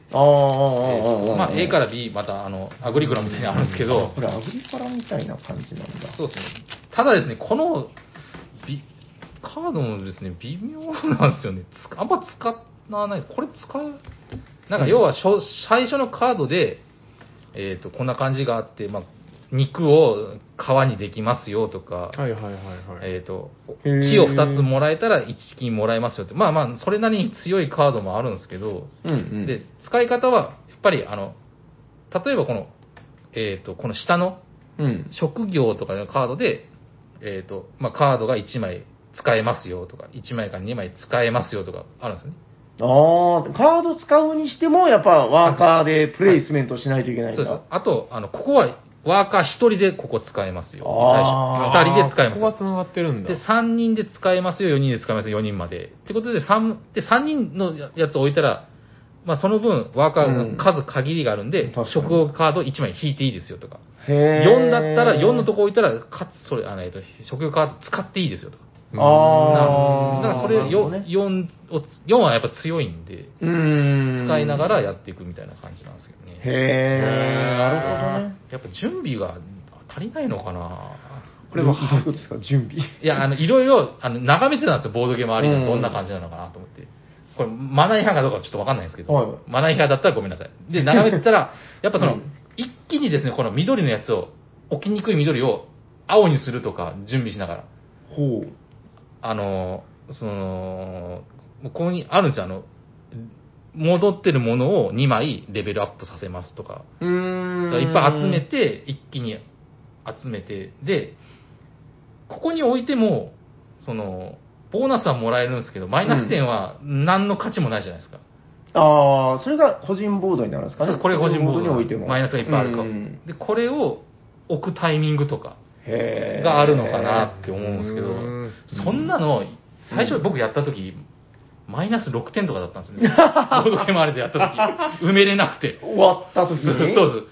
[SPEAKER 1] 、A から B、またアグリコラみたいにあるんですけど、
[SPEAKER 2] これアグリコラみたいな感じなんだ。
[SPEAKER 1] そうですね。ただですね、このカードもですね、微妙なんですよね。あんま使わないです。これ使うなんか要は最初のカードで、こんな感じがあって、まあ、肉を皮にできますよとか、
[SPEAKER 3] はいはいはいはい。
[SPEAKER 1] 木を2つもらえたら1金もらえますよって、まあまあ、それなりに強いカードもあるんですけど、
[SPEAKER 2] うんうん、
[SPEAKER 1] で、使い方は、やっぱり、例えばこの、この下の、職業とかのカードで、まあ、カードが1枚使えますよとか、1枚から2枚使えますよとかあるんですよね。
[SPEAKER 2] ああ、カード使うにしても、やっぱワーカーでプレイスメントしないといけないんだ。
[SPEAKER 1] そうです。あと、ここはワーカー1人でここ使えますよ。最初。2人で使えますよ。
[SPEAKER 3] ここは繋がってるんだ。
[SPEAKER 1] で、3人で使えますよ、4人で使えますよ、4人まで。ってことで、3人のやつを置いたら、まあその分、ワーカーが数限りがあるんで、職業カード1枚引いていいですよとか。4だったら、4のとこ置いたら、かつ、それ、職業カード使っていいですよとか。
[SPEAKER 2] ああ。
[SPEAKER 1] だからそれ、4はやっぱ強いんで、使いながらやっていくみたいな感じなんですけどね。
[SPEAKER 2] なるほどね。
[SPEAKER 1] やっぱ準備が足りないのかな。
[SPEAKER 2] これはどういうことですか、準備。
[SPEAKER 1] いや、いろいろ、眺めてたんですよ、ボードゲーム周りがどんな感じなのかなと思って。これ、マナー違反かどうかちょっとわかんないんですけど、
[SPEAKER 2] はい、
[SPEAKER 1] マナー違反だったらごめんなさい。で、眺めてたら、やっぱその、一気にですね、この緑のやつを、置きにくい緑を青にするとか、準備しながら。
[SPEAKER 2] ほう。
[SPEAKER 1] ここにあるんですよ、戻ってるものを2枚レベルアップさせますとか。いっぱい集めて、一気に集めて、で、ここに置いても、ボーナスはもらえるんですけど、マイナス点は何の価値もないじゃないですか。
[SPEAKER 2] ああ、それが個人ボードになるんですかね。
[SPEAKER 1] そう、これ個人ボード
[SPEAKER 2] に置いても。
[SPEAKER 1] マイナスがいっぱいあるか。で、これを置くタイミングとかがあるのかなって思うんですけど、そんなの、最初僕やった時、マイナス6点とかだったんですよね。ボードゲームあれでやった時、埋めれなくて。
[SPEAKER 2] 終わった時に
[SPEAKER 1] そうです。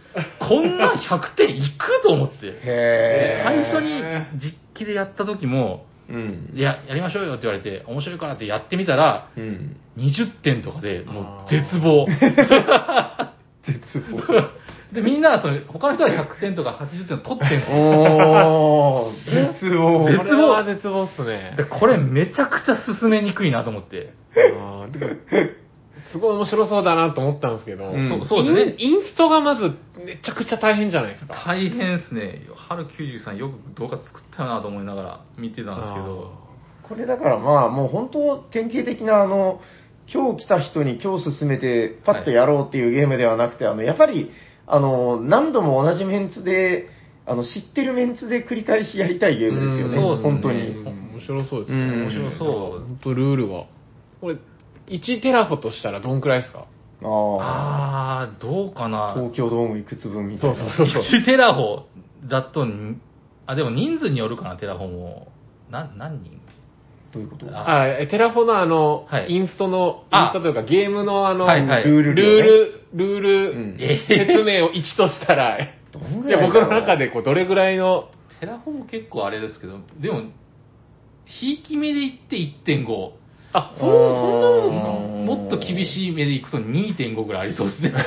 [SPEAKER 1] こんな100点いくと思って。最初に実機でやった時も、やりましょうよって言われて、面白いからってやってみたら、20点とかで、もう絶望。
[SPEAKER 2] 絶望。
[SPEAKER 1] で、みんなは他の人は100点とか80点取ってるんですよ。
[SPEAKER 2] 絶望。
[SPEAKER 3] 絶望は絶望っすね。
[SPEAKER 1] で、これめちゃくちゃ進めにくいなと思って。
[SPEAKER 3] すごい面白そうだなと思ったんですけど、
[SPEAKER 1] そうですね。
[SPEAKER 3] インストがまずめちゃくちゃ大変じゃないですか。
[SPEAKER 1] 大変ですね。春93よく動画作ったよなと思いながら見てたんですけど。
[SPEAKER 2] これだからまあもう本当典型的な今日来た人に今日進めてパッとやろうっていうゲームではなくて、やっぱり何度も同じメンツで、知ってるメンツで繰り返しやりたいゲームですよね。
[SPEAKER 1] そうですね。
[SPEAKER 2] 本当に。
[SPEAKER 3] 面白そうですね。
[SPEAKER 1] 面白そう。
[SPEAKER 3] 本当ルールは。これ、1テラフォとしたらどんくらいですか？
[SPEAKER 1] どうかな。
[SPEAKER 2] 東京ドームいくつ分みたいな。
[SPEAKER 3] そう。
[SPEAKER 1] 1テラフォだと、でも人数によるかな、テラフォも。何人？
[SPEAKER 2] どういうこと？
[SPEAKER 3] テラフォのインストの、インストというかゲームのルール説明を1としたら、僕の中でどれぐらいの。
[SPEAKER 1] テラフォも結構あれですけど、でも、ひいき目でいって 1.5。そんなもんですか？もっと厳しい目でいくと 2.5 ぐらいありそうですね。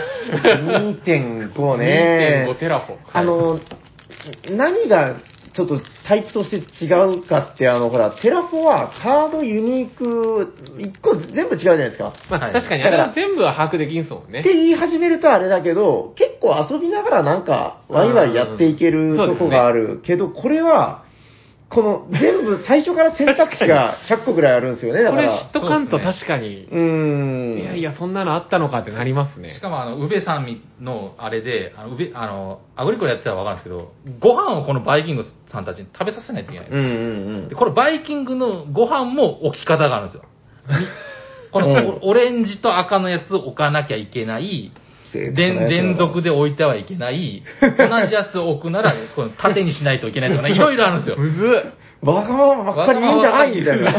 [SPEAKER 2] 2.5 ね。
[SPEAKER 3] 2.5 テラフォ。
[SPEAKER 2] 何がちょっとタイプとして違うかって、ほら、テラフォはカードユニーク、1個全部違うじゃないですか。
[SPEAKER 3] まあ確かに、あれは全部は把握できんすもんね。
[SPEAKER 2] って言い始めるとあれだけど、結構遊びながらなんか、ワイワイやっていけるとこがあるけど、これは、この全部最初から選択肢が100個ぐらいあるんですよね。だから。
[SPEAKER 3] これ知っとかんと確かに。いや、そんなのあったのかってなりますね。
[SPEAKER 1] しかも宇部さんのあれで、アグリコやってたらわかるんですけど、ご飯をこのバイキングさんたちに食べさせないといけないんですよ。でこのバイキングのご飯も置き方があるんですよ。このオレンジと赤のやつを置かなきゃいけない。連続で置いてはいけない。同じやつを置くなら、この縦にしないといけないとかね、いろいろあるんですよ。
[SPEAKER 2] むずっ。わがままばっかりいいんじゃないみたいな。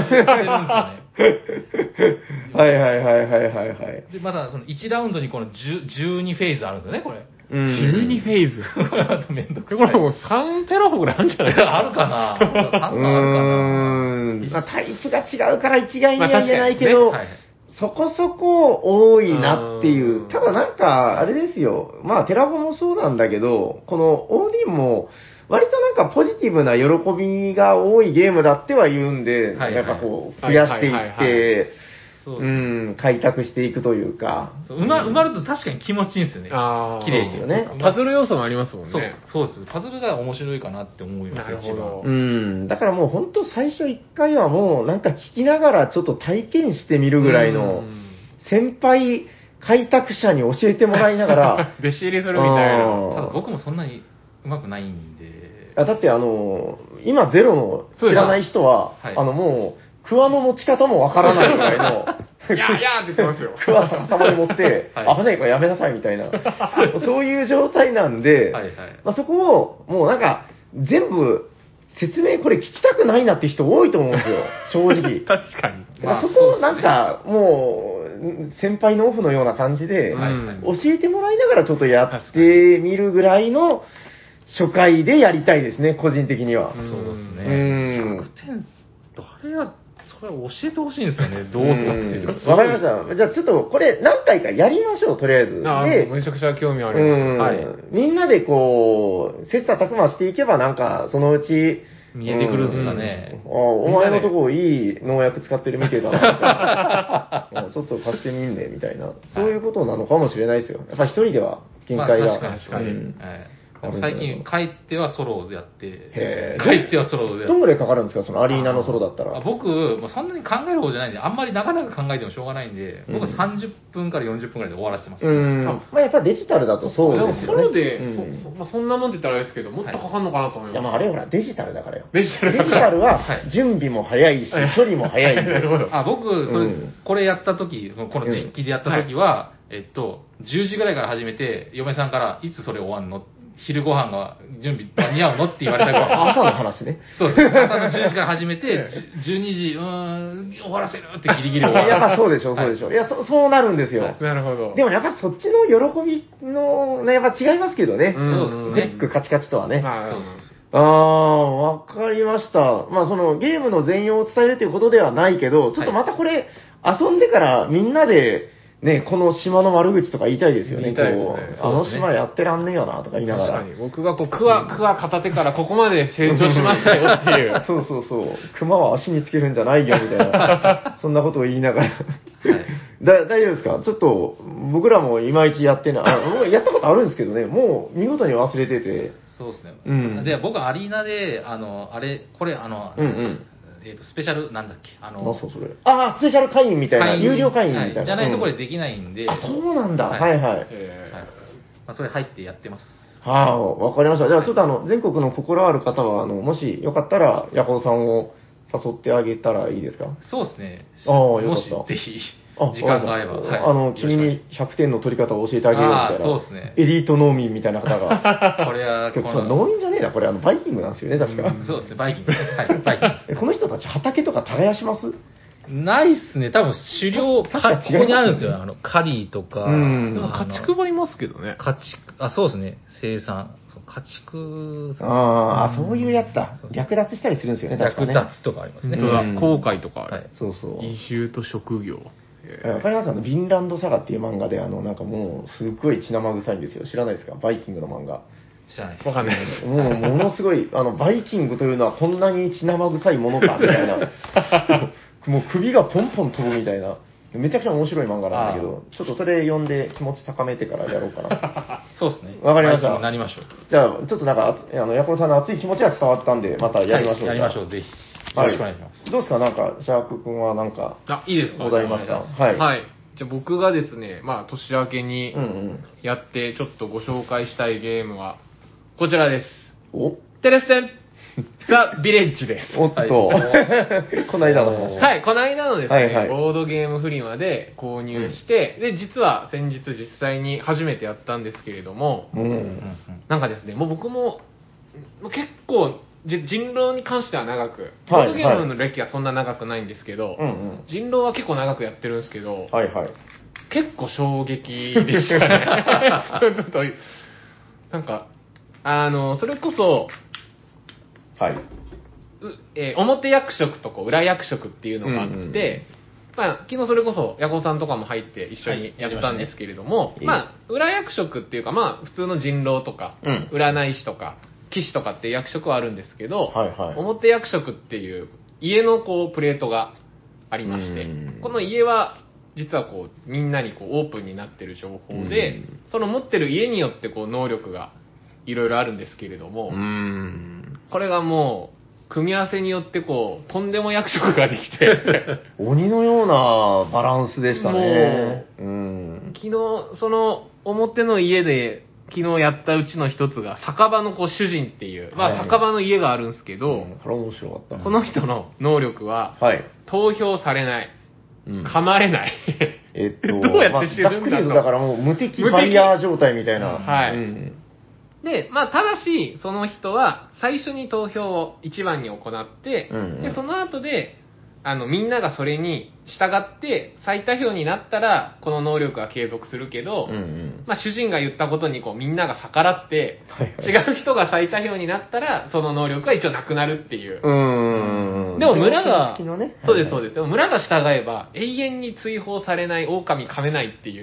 [SPEAKER 2] はい。
[SPEAKER 1] で、まだその1ラウンドにこの12フェーズあるんですよね、これ。
[SPEAKER 3] 12フェーズ。
[SPEAKER 1] めんどくさい。
[SPEAKER 3] これもう3テラフォぐらいあるんじゃない
[SPEAKER 1] あるかな。3があるかな。
[SPEAKER 2] まあ、タイプが違うから一概には言えないけど、そこそこ多いなっていう。ただなんか、あれですよ。まあ、テラフォもそうなんだけど、このオーディンも、 割となんかポジティブな喜びが多いゲームだっては言うんで、
[SPEAKER 1] はいはい、
[SPEAKER 2] なんかこう、増やしていって、開拓していくというか。
[SPEAKER 1] 埋まると確かに気持ちいいんですよね。綺麗ですよね。
[SPEAKER 3] パズル要素もありますもんね。
[SPEAKER 1] そうです。パズルが面白いかなって思います、一
[SPEAKER 2] 番。だからもう本当最初1回はもうなんか聞きながらちょっと体験してみるぐらいの、先輩開拓者に教えてもらいながら。
[SPEAKER 3] 弟子入りするみたいな。
[SPEAKER 1] ただ僕もそんなに上手くないんで。
[SPEAKER 2] だって今ゼロの知らない人は、もう、クワの持ち方もわからないぐらいの、
[SPEAKER 3] いやって言ってますよ。
[SPEAKER 2] クワ逆さまに持って、危ないからやめなさいみたいな、そういう状態なんで、そこを、もうなんか、全部、説明これ聞きたくないなって人多いと思うんですよ、正直。
[SPEAKER 3] 確かに。
[SPEAKER 2] そこをなんか、もう、先輩のオフのような感じで、教えてもらいながらちょっとやってみるぐらいの初回でやりたいですね、個人的には。
[SPEAKER 1] そうですね。100点、誰や、それ教えてほしいんですよね、どうとかっていう。
[SPEAKER 2] わかりました。じゃあちょっとこれ何回かやりましょう、とりあえず。
[SPEAKER 3] で、めちゃくちゃ興味あります。
[SPEAKER 2] みんなでこう、切磋琢磨していけばなんか、そのうち、
[SPEAKER 1] 見えてくるんですかね。
[SPEAKER 2] お前のとこいい農薬使ってるみてえだなちょっと貸してみんね、みたいな。そういうことなのかもしれないですよ。やっぱ一人では限界が。
[SPEAKER 1] 確かに。最近帰ってはソロをやって、帰ってはソロをやって。
[SPEAKER 2] どんぐらいかかるんですか、そのアリーナのソロだったら。
[SPEAKER 1] 僕、そんなに考える方じゃないんで、あんまりなかなか考えてもしょうがないんで、僕は30分から40分ぐらいで終わらせてます。
[SPEAKER 2] やっぱデジタルだとそうですよね。
[SPEAKER 3] ソロで、そんなもんって言ったらあれですけど、もっとかかるのかなと思います。
[SPEAKER 2] いや、あれほら、デジタルだからよ。
[SPEAKER 3] デジタル
[SPEAKER 2] は、準備も早いし、処理も早いんで。
[SPEAKER 3] なるほど。
[SPEAKER 1] 僕、これやった時、この実機でやった時は、10時ぐらいから始めて、嫁さんから、いつそれ終わんの昼ご飯が準備間に合うのって言われたから。
[SPEAKER 2] 朝の話ね。
[SPEAKER 1] そうです。朝の10時から始めて、12時、終わらせるってギリギリ終わらせる。
[SPEAKER 2] やっぱそうでしょ、そうでしょ。いや、そうなるんですよ。
[SPEAKER 3] なるほど。
[SPEAKER 2] でもやっぱそっちの喜びの、やっぱ違いますけどね。
[SPEAKER 1] そうですね。
[SPEAKER 2] テックカチカチとはね。
[SPEAKER 1] そう
[SPEAKER 2] わかりました。そのゲームの全容を伝えるということではないけど、ちょっとまたこれ、遊んでからみんなで、ね、この島の悪口とか言いたいですよね。あの島やってらんねえよなとか言いながら。
[SPEAKER 3] 確かに。僕がクワ片手からここまで成長しましたよっていう。
[SPEAKER 2] そう。熊は足につけるんじゃないよみたいな。そんなことを言いながら。大丈夫ですか？ちょっと、僕らもいまいちやってない。やったことあるんですけどね、もう見事に忘れてて。
[SPEAKER 1] そうですね。で、僕アリーナで、これ、スペシャル、なんだっけ、
[SPEAKER 2] そうそれ。スペシャル会員みたいな、有料会員みたいな。
[SPEAKER 1] じゃないところでできないんで。
[SPEAKER 2] そうなんだ。はい。
[SPEAKER 1] それ入ってやってます。
[SPEAKER 2] わかりました。じゃあちょっと全国の心ある方は、もしよかったら、ヤコウさんを誘ってあげたらいいですか？
[SPEAKER 1] そうですね。
[SPEAKER 2] よか
[SPEAKER 1] もし
[SPEAKER 2] った。
[SPEAKER 1] ぜひ。時間が合えば。
[SPEAKER 2] 君に100点の取り方を教えてあげようみたいな。
[SPEAKER 1] そうですね。
[SPEAKER 2] エリート農民みたいな方が。
[SPEAKER 1] これは、
[SPEAKER 2] 農民じゃねえな、これバイキングなんですよね、確か。
[SPEAKER 1] そうですね、バイキング。バイキングです。
[SPEAKER 2] この人たち畑とか耕します？
[SPEAKER 1] ないっすね、多分狩猟、ここにあるんですよ、カリーとか。
[SPEAKER 3] 家畜はいますけどね。
[SPEAKER 1] そうですね、生産。家畜、
[SPEAKER 2] そういうやつだ。略奪したりするんですよね、確かね。
[SPEAKER 1] 略奪とかありますね。
[SPEAKER 3] 航海とかある。
[SPEAKER 2] そう。
[SPEAKER 3] 移住と職業。
[SPEAKER 2] わかります？ヴィンランドサガっていう漫画で、なんかもう、すっごい血生臭いんですよ。知らないですか？バイキングの漫画。
[SPEAKER 1] 知らないです。
[SPEAKER 3] わかんないです。
[SPEAKER 2] もう、ものすごい、バイキングというのはこんなに血生臭いものか、みたいな。もう首がポンポン飛ぶみたいな。めちゃくちゃ面白い漫画なんだけど、ちょっとそれ読んで気持ち高めてからやろうかな。
[SPEAKER 1] そうですね。
[SPEAKER 2] わかりました。
[SPEAKER 1] なりましょう。
[SPEAKER 2] じゃあ、ちょっとなんか、ヤコウさんの熱い気持ちが伝わったんで、またやりましょう。
[SPEAKER 1] やりましょう、ぜひ。よろしくお願いします。
[SPEAKER 2] どうですか？なんか、シャーク君はなんか、
[SPEAKER 3] いいですか？
[SPEAKER 2] ございました。
[SPEAKER 3] はい。じゃあ僕がですね、年明けにやってちょっとご紹介したいゲームは、こちらです。テレステンザ・ビレッジです。
[SPEAKER 2] おっと。この間の話。
[SPEAKER 3] はい、この間のですね、ボードゲームフリマで購入して、で、実は先日実際に初めてやったんですけれども、なんかですね、もう僕も結構、人狼に関しては長く、ボードゲームの歴はそんな長くないんですけど、人狼は結構長くやってるんですけど、結構衝撃でしたね。ちょっと、なんか、それこそ、表役職と裏役職っていうのがあって、昨日それこそヤコウさんとかも入って一緒にやったんですけれども、裏役職っていうか、普通の人狼とか、占い師とか、 騎士とかって役職はあるんですけど、
[SPEAKER 2] はいはい。
[SPEAKER 3] 表役職っていう家のこうプレートがありまして、この家は実はこうみんなにこうオープンになってる情報で、その持ってる家によってこう能力がいろいろあるんですけれども、これがもう組み合わせによってこうとんでも役職ができて
[SPEAKER 2] 鬼のようなバランスでしたね。
[SPEAKER 3] 昨日その表の家で昨日やったうちの一つが酒場のこう主人っていう、まあ酒場の家があるんですけど、
[SPEAKER 2] これ面白かった。
[SPEAKER 3] この人の能力は、投票されない、噛まれない。どうやって知るんだと。
[SPEAKER 2] ざっくり言うとだからもう無敵ファイヤー状態みたいな。
[SPEAKER 3] はい。で、まあただし、その人は最初に投票を一番に行って、で、その後で、みんながそれに従って最多票になったらこの能力は継続するけど、まあ主人が言ったことにこうみんなが逆らって、違う人が最多票になったらその能力は一応なくなるっていう。でも村が、そうですそうです。でも村が従えば永遠に追放されない狼噛めないっていう、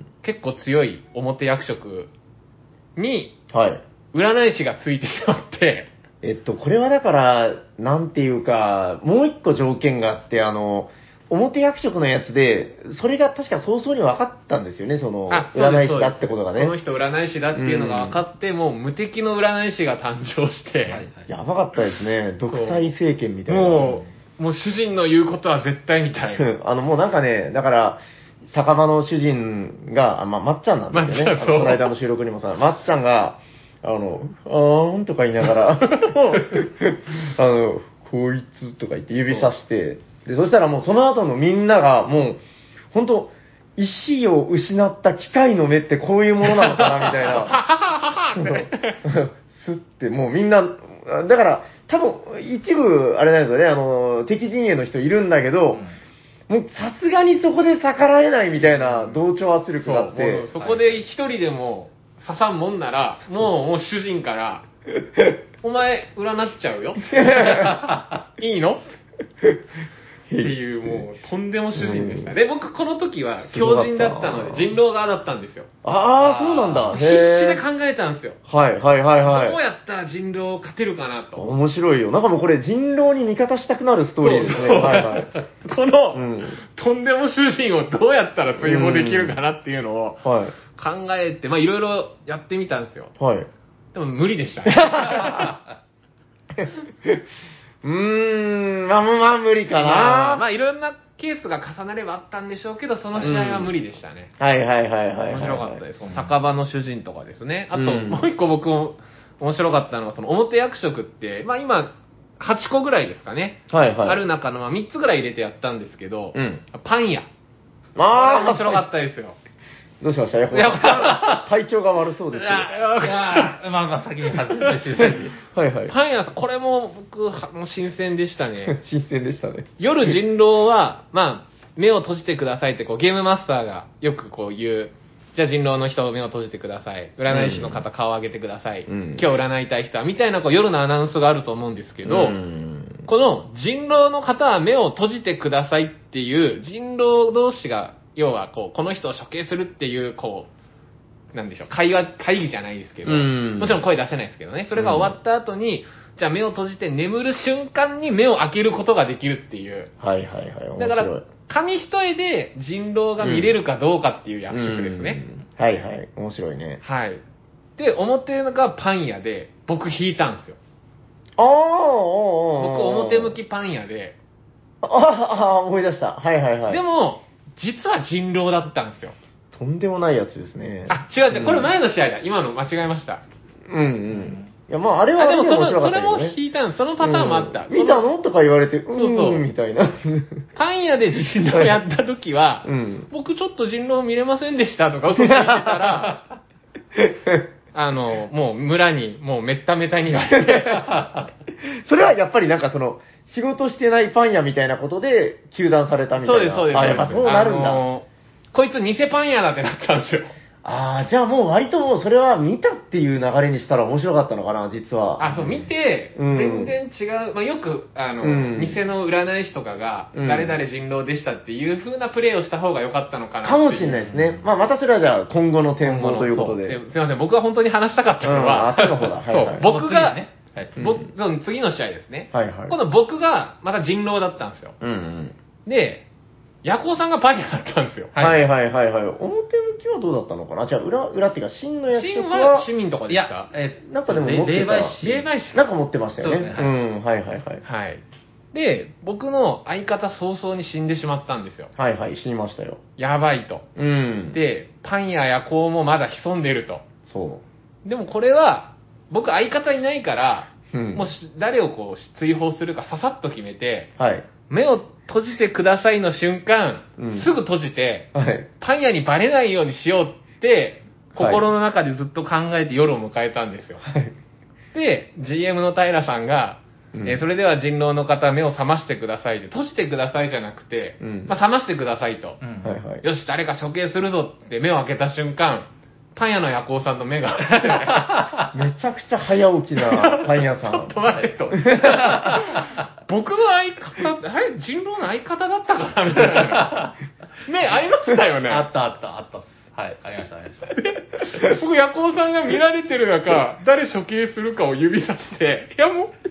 [SPEAKER 3] 結構強い表役職に占い師がついてしまって、
[SPEAKER 2] これはだから、なんていうか、もう一個条件があって、表役職のやつで、それが確か早々に分かったんですよね、その、占い師だってことがね。
[SPEAKER 3] この人占い師だっていうのが分かって、もう無敵の占い師が誕生して。
[SPEAKER 2] やばかったですね。独裁政権みたいな。
[SPEAKER 3] もう主人の言うことは絶対みたいな。
[SPEAKER 2] もうなんかね、だから、酒場の主人が、まっちゃんなんですよね。この間の収録にもさ、まっちゃんが、ーんとか言いながら、こいつとか言って指さして、で、そしたらもうその後のみんながもう、本当意志を失った機械の目ってこういうものなのかなみたいな。すって、もうみんな、だから、多分、一部、あれなんですよね、敵陣営の人いるんだけど、もうさすがにそこで逆らえないみたいな同調圧力があって。
[SPEAKER 3] そこで一人でも刺さんもんなら、もう主人から、お前占っちゃうよ。いいのっていう、もう、とんでも主人でした。で、僕、この時は、狂人だったので、人狼側だったんですよ。
[SPEAKER 2] ああ、そうなんだ。
[SPEAKER 3] 必死で考えたんですよ。
[SPEAKER 2] はいはいはいはい。
[SPEAKER 3] どうやったら人狼を勝てるかなと。
[SPEAKER 2] 面白いよ。なんかもうこれ、人狼に味方したくなるストーリーですね。はいはい。
[SPEAKER 3] この、とんでも主人をどうやったら追放できるかなっていうのを、考えて、まあいろいろやってみたんですよ。
[SPEAKER 2] はい。
[SPEAKER 3] でも無理でしたね。
[SPEAKER 2] まあ無理かな。
[SPEAKER 3] まあいろんなケースが重なればあったんでしょうけど、その試合は無理でしたね。
[SPEAKER 2] はいはいはいはい。
[SPEAKER 3] 面白かったです。酒場の主人とかですね。あと、もう一個僕も面白かったのは、その表役職って、まあ今、8個ぐらいですかね。
[SPEAKER 2] はいはい。
[SPEAKER 3] ある中の3つぐらい入れてやったんですけど、パン屋。面白かったですよ。
[SPEAKER 2] どうしました？体調が悪そうですけど。
[SPEAKER 1] まあ先に外していただいて。
[SPEAKER 2] はいはい。
[SPEAKER 3] パン屋、これも僕、もう新鮮でしたね。
[SPEAKER 2] 新鮮でしたね。
[SPEAKER 3] 夜人狼は、まあ、目を閉じてくださいってこうゲームマスターがよくこう言う。じゃあ人狼の人目を閉じてください。占い師の方顔を上げてください。今日占いたい人は、みたいなこう夜のアナウンスがあると思うんですけど、この人狼の方は目を閉じてくださいっていう人狼同士が、要はこの人を処刑するっていう、なんでしょう、会議じゃないですけど、もちろん声出せないですけどね、それが終わった後に、じゃあ目を閉じて眠る瞬間に目を開けることができるっていう。
[SPEAKER 2] はいはいはい。
[SPEAKER 3] だから、紙一重で人狼が見れるかどうかっていう役職ですね。
[SPEAKER 2] はいはい。面白いね。
[SPEAKER 3] はい。で、表がパン屋で、僕引いたんですよ。僕表向きパン屋で。
[SPEAKER 2] 思い出した。はいはいはい。
[SPEAKER 3] でも、実は人狼だったんですよ。
[SPEAKER 2] とんでもないやつですね。
[SPEAKER 3] 違う。これ前の試合だ。今の間違えました。
[SPEAKER 2] いや、まああれは
[SPEAKER 3] でも
[SPEAKER 2] 面白かった
[SPEAKER 3] けどね。それも引いたんです。そのパターンもあった。
[SPEAKER 2] 見たのとか言われて、みたいな。
[SPEAKER 3] パン屋で人狼やった時は、僕ちょっと人狼見れませんでしたとか嘘ついてたら、もう村にもうめっためたに言われて。
[SPEAKER 2] それはやっぱりなんか仕事してないパン屋みたいなことで糾弾されたみたいな。
[SPEAKER 3] そうです。
[SPEAKER 2] やっぱそうなるんだ。
[SPEAKER 3] こいつ偽パン屋だってなったんですよ。
[SPEAKER 2] じゃあもう割ともうそれは見たっていう流れにしたら面白かったのかな、実は。
[SPEAKER 3] そう、見て、全然違う、まあ、よく、店の占い師とかが、誰々人狼でしたっていう風なプレイをした方が良かったのかな
[SPEAKER 2] かもしれないですね。まあ、またそれはじゃあ今後の展望ということで。
[SPEAKER 3] すいません、僕が本当に話したかったのは、
[SPEAKER 2] あっちの方だ。はいはい、
[SPEAKER 3] そう、僕が、
[SPEAKER 1] ね、
[SPEAKER 3] その次の試合ですね。
[SPEAKER 2] はいはい。
[SPEAKER 3] 今度僕がまた人狼だったんですよ。で、ヤコウさんがパン屋だったんですよ。
[SPEAKER 2] はいはいはいはい。表向きはどうだったのかな。じゃあ裏っていうか、真の役職は。
[SPEAKER 3] 真は市民とかでした。
[SPEAKER 2] なんかでも持ってた。
[SPEAKER 3] 霊媒師。
[SPEAKER 2] なんか持ってましたよね。はいはいはい。
[SPEAKER 3] はい。で、僕の相方早々に死んでしまったんですよ。
[SPEAKER 2] はいはい、死にましたよ。
[SPEAKER 3] やばいと。で、パン屋ヤコウもまだ潜んでると。
[SPEAKER 2] そう。
[SPEAKER 3] でもこれは、僕相方いないから、もう誰をこう追放するかささっと決めて、
[SPEAKER 2] はい。
[SPEAKER 3] 目を閉じてくださいの瞬間、すぐ閉じて、パン屋にバレないようにしようって、心の中でずっと考えて夜を迎えたんですよ。で、GM の平さんが、それでは人狼の方目を覚ましてくださいで、閉じてくださいじゃなくて、覚ましてくださいと。よし、誰か処刑するぞって目を開けた瞬間、パン屋のヤコウさんの目が
[SPEAKER 2] めちゃくちゃ早起きなパン屋さん。
[SPEAKER 3] ちょっと待ってと。僕の相方、あれ人狼の相方だったかなみたいな。目合いましたよね。
[SPEAKER 1] あったっす。はい、ありました。
[SPEAKER 3] 僕、ヤコウさんが見られてる中、誰処刑するかを指さして、いや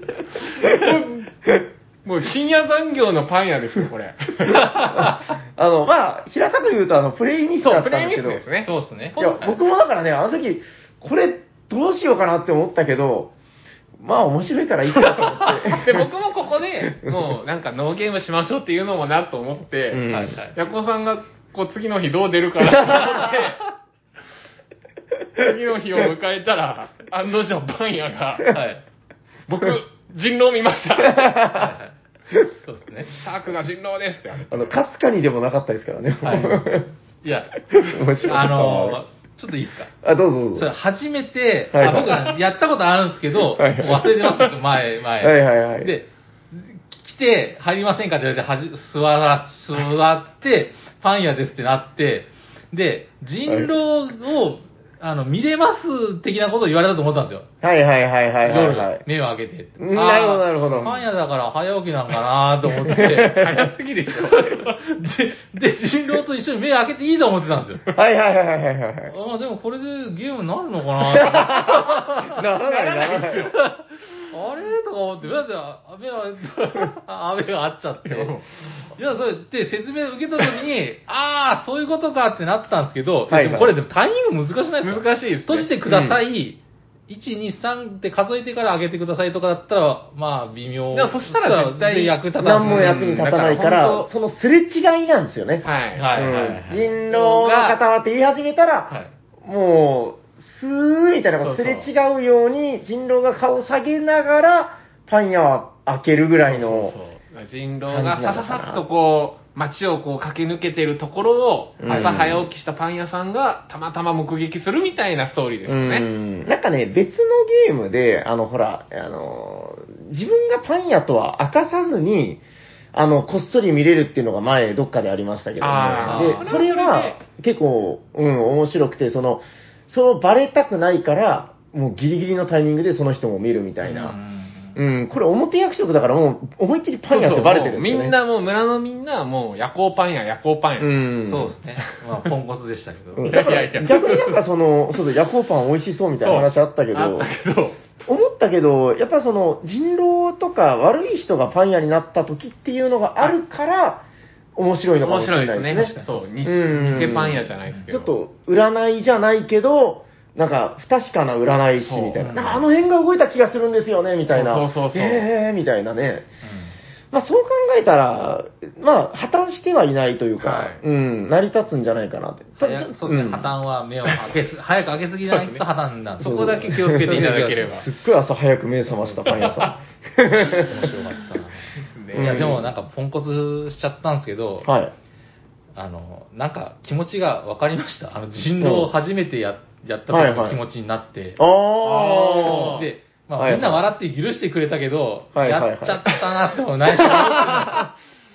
[SPEAKER 3] もう深夜残業のパン屋ですよ、これ。
[SPEAKER 2] まあ、平たく言うと、プレイミスだったんですけど。
[SPEAKER 3] ですね。
[SPEAKER 1] そうですね。
[SPEAKER 2] いや、僕もだからね、あの時、これ、どうしようかなって思ったけど、まあ、面白いからいいかと思って。
[SPEAKER 3] で、僕もここで、もう、なんか、ノーゲームしましょうっていうのもなと思って、ヤコウさんが、こう、次の日どう出るかなと思って、次の日を迎えたら、案の定パン屋が、僕、人狼見ました。
[SPEAKER 1] そうですね。
[SPEAKER 3] シャークが人狼ですって。
[SPEAKER 2] かすかにでもなかったですからね。
[SPEAKER 1] いや、
[SPEAKER 2] 面白かった
[SPEAKER 1] ちょっといいですか？
[SPEAKER 2] どうぞどうぞ。
[SPEAKER 1] それ初めて、僕やったことあるんですけど、忘れてます、前。で、来て、入りませんかって言われて、座って、パン屋ですってなって、で、人狼を、見れます的なことを言われたと思ったんですよ。夜、目を開けて。
[SPEAKER 2] なるほど。
[SPEAKER 1] パン屋だから早起きなんかなと思って。
[SPEAKER 3] 早すぎでしょ。
[SPEAKER 1] で、人狼と一緒に目を開けていいと思ってたんですよ。でもこれでゲームになるのかな
[SPEAKER 2] ならないですよ。
[SPEAKER 1] あれとか思って、だって、雨があっちゃって。いや、それって説明受けたときに、そういうことかってなったんですけど、でもこれでもタイミング難しないですか？
[SPEAKER 3] 難しいですね。
[SPEAKER 1] 閉じてください、1、2、3って数えてから上げてくださいとかだったら、まあ微妙。
[SPEAKER 3] でもそしたら絶対
[SPEAKER 1] 役立たない。
[SPEAKER 2] 何も役に立たないから、そのすれ違いなんですよね。人狼の方はって言い始めたら、もう、スーみたいなすれ違うように人狼が顔を下げながら、パン屋は開けるぐらいの。
[SPEAKER 3] 人狼がさささっとこう、街をこう駆け抜けてるところを、朝早起きしたパン屋さんがたまたま目撃するみたいなストーリーですよね。
[SPEAKER 2] なんかね、別のゲームで、ほら、自分がパン屋とは明かさずに、こっそり見れるっていうのが前どっかでありましたけどね。で、それは結構、面白くて、そのバレたくないから、もうギリギリのタイミングでその人も見るみたいな。これ表役職だからもう思いっきりパン屋ってバレてるんですよね。
[SPEAKER 3] みんなもう村のみんなはもう夜行パン屋。
[SPEAKER 1] そうですね。まあポンコツでしたけど。
[SPEAKER 2] だから逆になんか夜行パン美味しそうみたいな話あったけど、思ったけど、やっぱ人狼とか悪い人がパン屋になった時っていうのがあるから、面白いのかもしれないですね。
[SPEAKER 3] そう、偽パン屋じゃないですけど。
[SPEAKER 2] ちょっと占いじゃないけど、なんか、不確かな占い師みたいな。なんかあの辺が動いた気がするんですよね、みたいな。みたいなね。まあそう考えたら、まあ破綻してはいないというか、成り立つんじゃないかなって。
[SPEAKER 1] そうですね、破綻は目を早く開けすぎないと破綻なんで。
[SPEAKER 3] そこだけ気をつけていただければ。
[SPEAKER 2] すっごい朝早く目覚ましたパン屋さん。
[SPEAKER 1] 面白かったな。いや、でもなんかポンコツしちゃったんですけど、なんか気持ちが分かりました。人狼を初めてやった時の気持ちになって。で、まあみんな笑って許してくれたけど、やっちゃったなって内緒に思って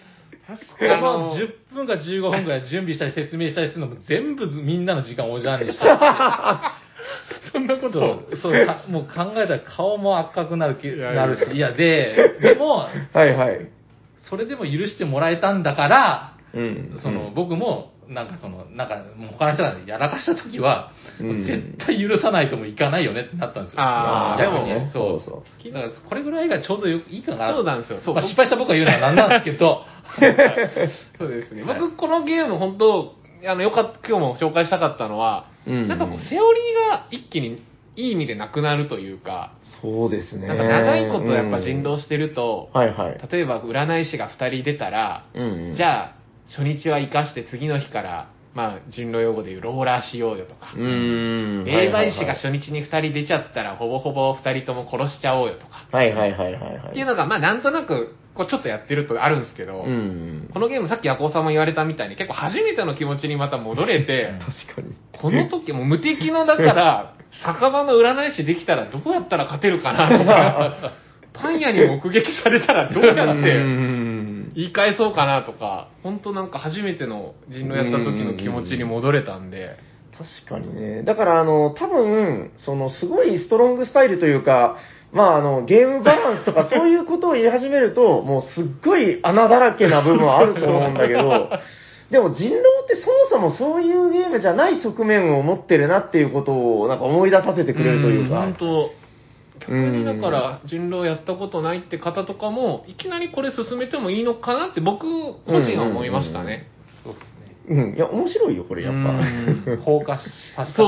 [SPEAKER 1] 10分か15分くらい準備したり説明したりするのも全部みんなの時間をおじゃんにしちゃって。
[SPEAKER 3] そんなこと
[SPEAKER 1] そうもう考えたら顔も赤くなるし、でも、
[SPEAKER 2] はいはい。
[SPEAKER 1] それでも許してもらえたんだから、僕も、なんか他の人がやらかした時は、絶対許さないともいかないよねってなったんですよ。
[SPEAKER 2] でもね、そう。
[SPEAKER 1] だからこれぐらいがちょうどいいかな。
[SPEAKER 3] そうなんですよ。
[SPEAKER 1] 失敗した僕が言うのはなんなんですけど。
[SPEAKER 3] そうですね。僕、このゲーム本当、今日も紹介したかったのは、なんかこう、セオリーが一気にいい意味でなくなるというか、
[SPEAKER 2] そうですね。
[SPEAKER 3] なんか長いことやっぱ人狼してると、
[SPEAKER 2] はいはい。
[SPEAKER 3] 例えば占い師が2人出たら、じゃあ、初日は生かして次の日から、まあ、人狼用語でいうローラーしようよとか、霊媒師が初日に2人出ちゃったら、ほぼほぼ2人とも殺しちゃおうよとか、っていうのが、まあ、なんとなく、こうちょっとやってるとあるんですけど、このゲームさっきヤコウさんも言われたみたいに結構初めての気持ちにまた戻れて、
[SPEAKER 2] 確かに。
[SPEAKER 3] この時も無敵のだから、酒場の占い師できたらどうやったら勝てるかなとか、パン屋に目撃されたらどうやって言い返そうかなとか、本当なんか初めての人狼やった時の気持ちに戻れたんで。
[SPEAKER 2] 確かにね。だから多分、すごいストロングスタイルというか、まあゲームバランスとかそういうことを言い始めると、もうすっごい穴だらけな部分はあると思うんだけど、でも人狼ってそもそもそういうゲームじゃない側面を持ってるなっていうことをなんか思い出させてくれるというか。
[SPEAKER 3] 本当逆にだから人狼やったことないって方とかもいきなりこれ進めてもいいのかなって僕個人は思いましたね。
[SPEAKER 1] そうですね。
[SPEAKER 2] いや面白いよこれやっぱ。
[SPEAKER 1] 放火させた、
[SPEAKER 3] そう、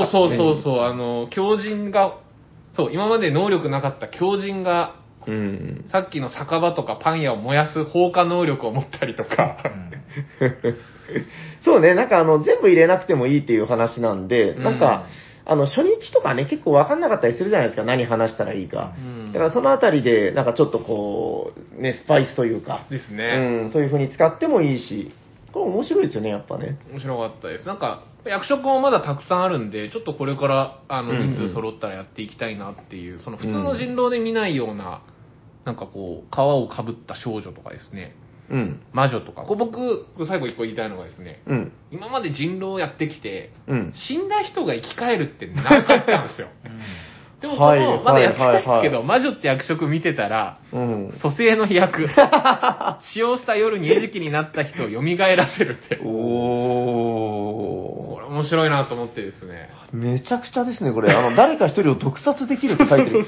[SPEAKER 3] 狂人がそう今まで能力なかった狂人が、さっきの酒場とかパン屋を燃やす放火能力を持ったりとか。
[SPEAKER 2] そうね、なんか全部入れなくてもいいっていう話なんで、なんか。初日とかね、結構分かんなかったりするじゃないですか、何話したらいいか。だからそのあたりで、なんかちょっとこう、ね、スパイスというか。
[SPEAKER 3] ですね。
[SPEAKER 2] そういう風に使ってもいいし、これ面白いですよね、やっぱね。
[SPEAKER 3] 面白かったです。なんか、役職もまだたくさんあるんで、ちょっとこれから、人数揃ったらやっていきたいなっていう、その普通の人狼で見ないような、なんかこう、皮をかぶった少女とかですね。魔女とか。僕、最後一個言いたいのがですね、今まで人狼をやってきて、死んだ人が生き返るってなかったんですよ。でもこの、まだやってないですけど、魔女って役職見てたら、蘇生の飛躍。使用した夜に餌食になった人を蘇らせるって。これ面白いなと思ってですね。
[SPEAKER 2] めちゃくちゃですね、これ。誰か一人を毒殺できるって書いてる。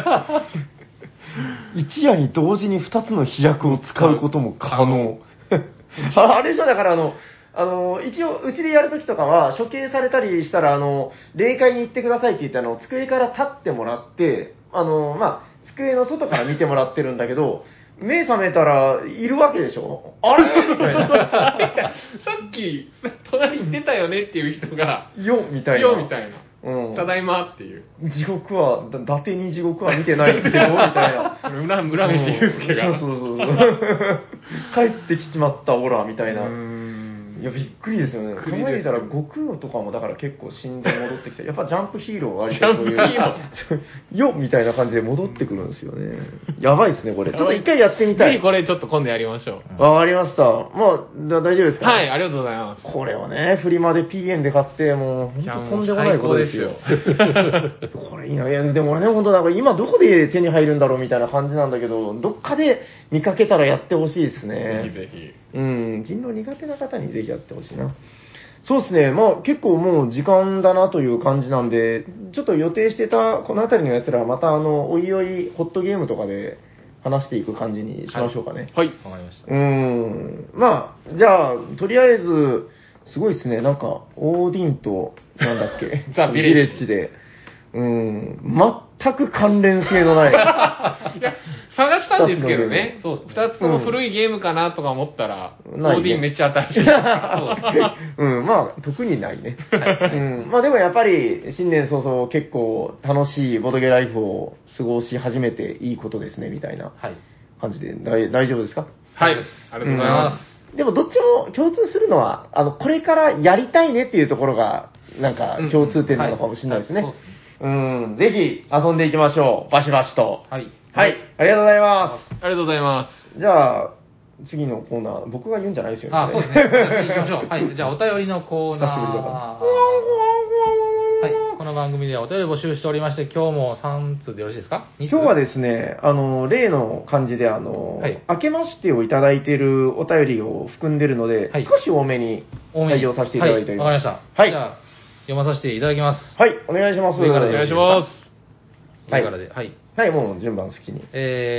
[SPEAKER 2] 一夜に同時に2つの飛躍を使うことも可能。あれじゃだから一応、うちでやるときとかは、処刑されたりしたら、霊界に行ってくださいって言って、机から立ってもらって、まあ、机の外から見てもらってるんだけど、目覚めたら、いるわけでしょあれみたいな。
[SPEAKER 3] さっき、隣に出たよねっていう人が、
[SPEAKER 2] よみたいな。
[SPEAKER 3] よみたいな。ただいまっていう。
[SPEAKER 2] 地獄は、伊達に地獄は見てないけど、みたいな。
[SPEAKER 3] 村飯祐介が。
[SPEAKER 2] そう。帰ってきちまった、オラ、みたいな。いや、びっくりですよね。考えたら、悟空とかもだから結構死んで戻ってきて、やっぱジャンプヒーローがありそういう、よみたいな感じで戻ってくるんですよね。やばいですね、これ。ちょっと一回やってみたい。
[SPEAKER 3] ぜひこれちょっと今度やりましょ
[SPEAKER 2] う。わかりました。もう、大丈夫ですか？
[SPEAKER 3] はい、ありがとうございます。
[SPEAKER 2] これをね、フリマで P 円で買って、もう、本当とんでもないことですよ。これいいな。いや、でもね、本当なんか今どこで手に入るんだろうみたいな感じなんだけど、どっかで見かけたらやってほしいですね。
[SPEAKER 3] ぜひぜひ。
[SPEAKER 2] 人狼苦手な方にぜひやってほしいな。そうですね。まあ結構もう時間だなという感じなんで、ちょっと予定してたこの辺りのやつらはまたおいおいホットゲームとかで話していく感じにしましょうかね。
[SPEAKER 3] はい。わかりました。
[SPEAKER 2] まあ、じゃあ、とりあえず、すごいですね。なんか、オーディンと、なんだっけ、
[SPEAKER 3] ザ・ビレッジ
[SPEAKER 2] で、全く関連性のない。い
[SPEAKER 3] や、探したんですけどね。そうです。二つとも古いゲームかなとか思ったら、オーディンめっちゃ新しい。
[SPEAKER 2] まあ、特にないね。まあでもやっぱり、新年早々結構楽しいボドゲライフを過ごし始めていいことですね、みたいな感じで、大丈夫ですか？
[SPEAKER 3] はい。ありがとうございます。
[SPEAKER 2] でもどっちも共通するのは、これからやりたいねっていうところが、なんか共通点なのかもしれないですね。ぜひ遊んでいきましょう。バシバシと。
[SPEAKER 1] はい。
[SPEAKER 2] はい。ありがとうございます。
[SPEAKER 3] ありがとうございます。
[SPEAKER 2] じゃあ、 次のコーナー、僕が言うんじゃないですよね。
[SPEAKER 1] あ、そうですね。じゃあ次行きましょう。はい。じゃあお便りのコーナー。
[SPEAKER 2] 久しぶりだから。
[SPEAKER 1] はい。この番組ではお便り募集しておりまして、今日も3通でよろしいですか？
[SPEAKER 2] 今日はですね、例の感じで、
[SPEAKER 1] い
[SPEAKER 2] 明けましてをいただいているお便りを含んでるので、
[SPEAKER 1] はい
[SPEAKER 2] 少し多めに採用させていただいております。
[SPEAKER 1] はい、わかりました。
[SPEAKER 2] はい。
[SPEAKER 1] じゃあ、読まさせていただきます。
[SPEAKER 2] はい、お願いします。
[SPEAKER 1] 上からで
[SPEAKER 3] お願いします。
[SPEAKER 1] 上からで。はい。
[SPEAKER 2] はい、もう順番好きに。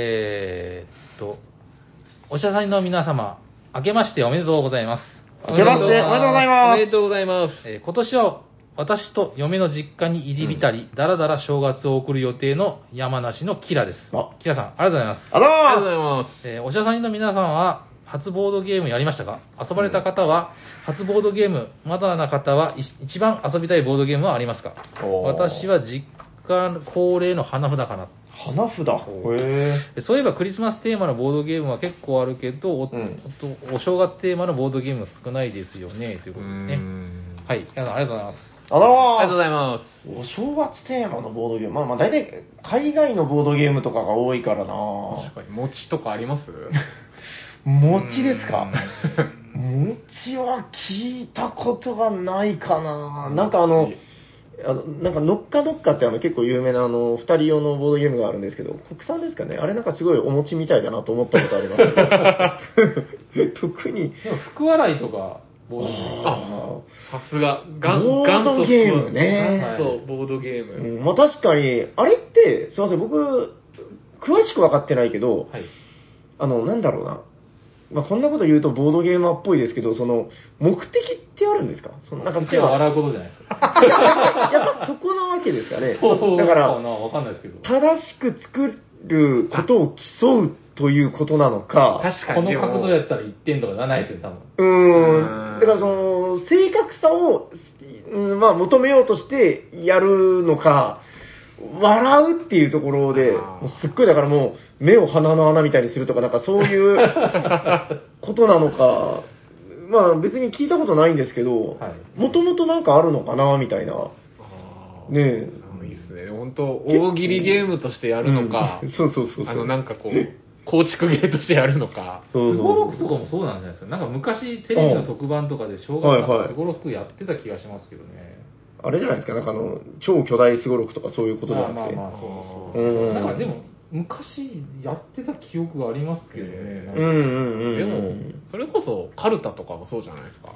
[SPEAKER 1] おしゃさんの皆様、明けましておめでとうございます。
[SPEAKER 2] 明けましておめでとうございます。
[SPEAKER 3] おめでとうございます。
[SPEAKER 1] 今年は私と嫁の実家に入り浸り、だらだら正月を送る予定の山梨のキラです。
[SPEAKER 2] あ
[SPEAKER 1] キラさん、ありがとうございます。
[SPEAKER 2] あら
[SPEAKER 3] ありがとうご
[SPEAKER 2] ー
[SPEAKER 3] ざいます。
[SPEAKER 1] おしゃさんの皆さんは、初ボードゲームやりましたか？遊ばれた方は、初ボードゲーム、まだな方は、一番遊びたいボードゲームはありますか？
[SPEAKER 2] おー
[SPEAKER 1] 私は実家恒例の花札かな。
[SPEAKER 2] 花札。へ
[SPEAKER 1] そういえばクリスマステーマのボードゲームは結構あるけど、お正月テーマのボードゲーム少ないですよね、ということですね。はい、皆さんありがとうございます。
[SPEAKER 2] ー。あらー。
[SPEAKER 3] ありがとうございます。
[SPEAKER 2] お正月テーマのボードゲーム。まあ大体海外のボードゲームとかが多いからな
[SPEAKER 3] 確かに、餅とかあります？
[SPEAKER 2] 餅ですか？餅は聞いたことがないかな。なんかなんか、のっかどっかって結構有名な二人用のボードゲームがあるんですけど、国産ですかね。あれなんかすごいお餅みたいだなと思ったことあります特に。
[SPEAKER 1] でも、福笑いとか、ボードゲーム。
[SPEAKER 2] あ
[SPEAKER 3] さすが、
[SPEAKER 2] ボードゲームね
[SPEAKER 3] 元祖ボードゲーム。
[SPEAKER 2] まあ確かに、あれって、すいません、僕、詳しく分かってないけど、
[SPEAKER 1] はい。
[SPEAKER 2] なんだろうな。まあ、こんなこと言うとボードゲーマーっぽいですけど、目的ってあるんですか？なんか
[SPEAKER 1] 手を洗うことじゃないですか。
[SPEAKER 2] やっぱそこなわけですかね。
[SPEAKER 1] そう
[SPEAKER 2] だから、
[SPEAKER 1] わかんないですけど。
[SPEAKER 2] 正しく作ることを競うということなのか、
[SPEAKER 3] 確かに。
[SPEAKER 1] この角度やったら1点とかじゃないですよ、多分。
[SPEAKER 2] だから正確さを、まあ、求めようとしてやるのか、笑うっていうところで、もうすっごいだからもう、目を鼻の穴みたいにするとか、なんかそういうことなのか、まあ別に聞いたことないんですけど、もともとなんかあるのかな、みたいな。ねえ。
[SPEAKER 3] いいですね。本当大喜利ゲームとしてやるのか、
[SPEAKER 2] そうそうそうそう。
[SPEAKER 3] なんかこう、構築ゲーとしてやるのか。
[SPEAKER 1] すごろくとかもそうなんじゃないですか。なんか昔テレビの特番とかで正月なんかすごろくやってた気がしますけどね。
[SPEAKER 2] あれじゃないですか、なんか超巨大すごろくとかそういうことじゃなくて。
[SPEAKER 1] まあ、そう。なんかでも、昔やってた記憶がありますけどね。
[SPEAKER 3] でも、それこそカルタとかもそうじゃないですか。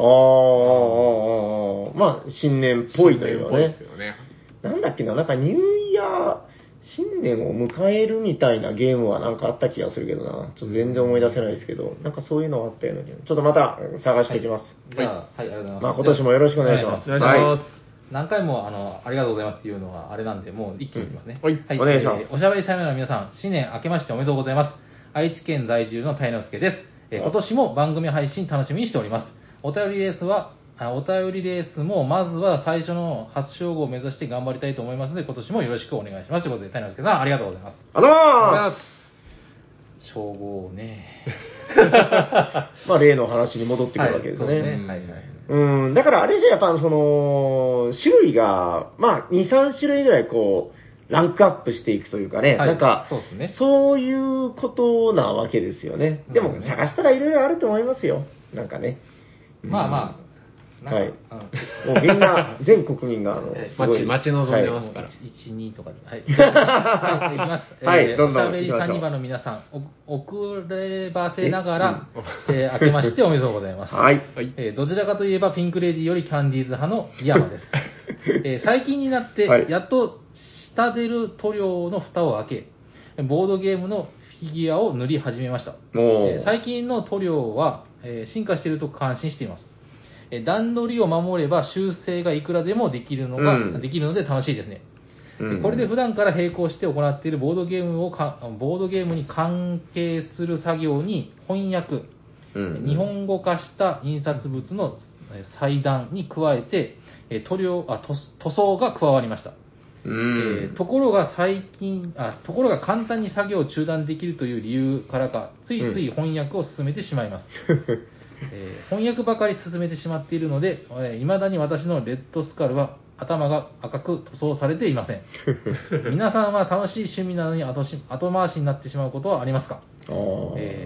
[SPEAKER 2] まあ、新年っぽいというかね。
[SPEAKER 3] ですよね。
[SPEAKER 2] なんだっけな、なんかニューイヤー、新年を迎えるみたいなゲームはなんかあった気がするけどな。ちょっと全然思い出せないですけど、なんかそういうのがあったような気が。ちょっとまた探していきます。
[SPEAKER 1] じゃあ、はい、ありがとうございます。
[SPEAKER 2] まあ今年もよろしくお願いします。
[SPEAKER 3] お願いします。
[SPEAKER 1] 何回もありがとうございますっていうのはあれなんで、もう一気にいきますね。
[SPEAKER 3] はい
[SPEAKER 2] お願いします
[SPEAKER 1] おしゃべりサイメの皆さん、新年明けましておめでとうございます。愛知県在住のたいのすけです。今年も番組配信楽しみにしております。お便りレースもまずは最初の初称号を目指して頑張りたいと思いますので、今年もよろしくお願いします。ということで、たいのすけさん、ありがとうございます。称号ね。
[SPEAKER 2] まあ例の話に戻ってくるわけですね。だからあれじゃやっぱ種類が、まあ2、3種類ぐらいこう、ランクアップしていくというかね、なんか、そういうことなわけですよね。でも探したらいろいろあると思いますよ。なんかね。
[SPEAKER 1] まあまあ、
[SPEAKER 2] はい。もうみんな、全国民が、
[SPEAKER 3] すごい待ち望んでますから。
[SPEAKER 1] 1、2とかで。はい。はい、いきます。
[SPEAKER 2] はい、どんどん。
[SPEAKER 1] おしゃべりサニバの皆さん、遅ればせながら、明けましておめでとうございます。
[SPEAKER 2] はい。
[SPEAKER 1] どちらかといえば、ピンクレディよりキャンディーズ派のリヤマです。最近になって、やっと、下出る塗料の蓋を開け、ボードゲームのフィギュアを塗り始めました。最近の塗料は、進化していると感心しています。段取りを守れば修正がいくらでもできるので楽しいですね。これで普段から並行して行っているボードゲームに関係する作業に翻訳、日本語化した印刷物の裁断に加えて、塗装が加わりました。ところが簡単に作業を中断できるという理由からか、ついつい翻訳を進めてしまいます。翻訳ばかり進めてしまっているので、未だに私のレッドスカルは頭が赤く塗装されていません。皆さんは楽しい趣味なのに後回しになってしまうことはありますか？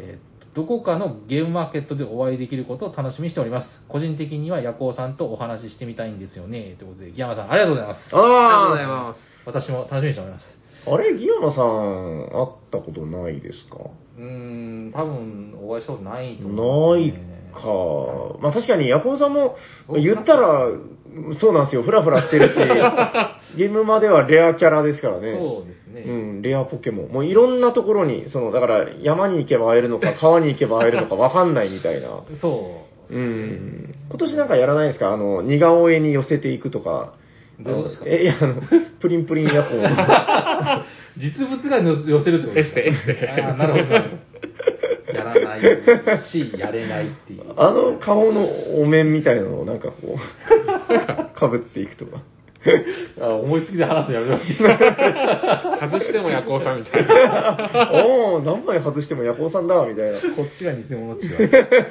[SPEAKER 1] どこかのゲームマーケットでお会いできることを楽しみにしております。個人的にはヤコウさんとお話ししてみたいんですよね。ということで、ギヤマさんありがとうございます。
[SPEAKER 3] ありがとうございます。
[SPEAKER 1] 私も楽しみにしております。
[SPEAKER 2] あれ、ギヤマさん、会ったことないですか？
[SPEAKER 1] 多分お会いしたことないと思います、ね。
[SPEAKER 2] ないか。まあ確かにヤコウさんも、言ったら、そうなんですよ、フラフラしてるし、ゲームまではレアキャラですからね。
[SPEAKER 1] そうですね。
[SPEAKER 2] レアポケモン。もういろんなところに、だから山に行けば会えるのか、川に行けば会えるのか分かんないみたいな。
[SPEAKER 1] そう。
[SPEAKER 2] 今年なんかやらないですか？似顔絵に寄せていくとか。
[SPEAKER 1] どういうことですか？
[SPEAKER 2] いや、プリンプリンヤコウ。
[SPEAKER 1] 実物が寄せるってことですか？
[SPEAKER 3] エステ。
[SPEAKER 1] ああ、なるほど。やらないし、やれないっていう。
[SPEAKER 2] 顔のお面みたいなのをなんかこう、かぶっていくとか。
[SPEAKER 1] 思いつきで話すのやめろ。
[SPEAKER 3] 外してもヤコウさんみたいな。
[SPEAKER 2] 何枚外してもヤコウさんだ、みたいな。
[SPEAKER 1] こっちが偽物って言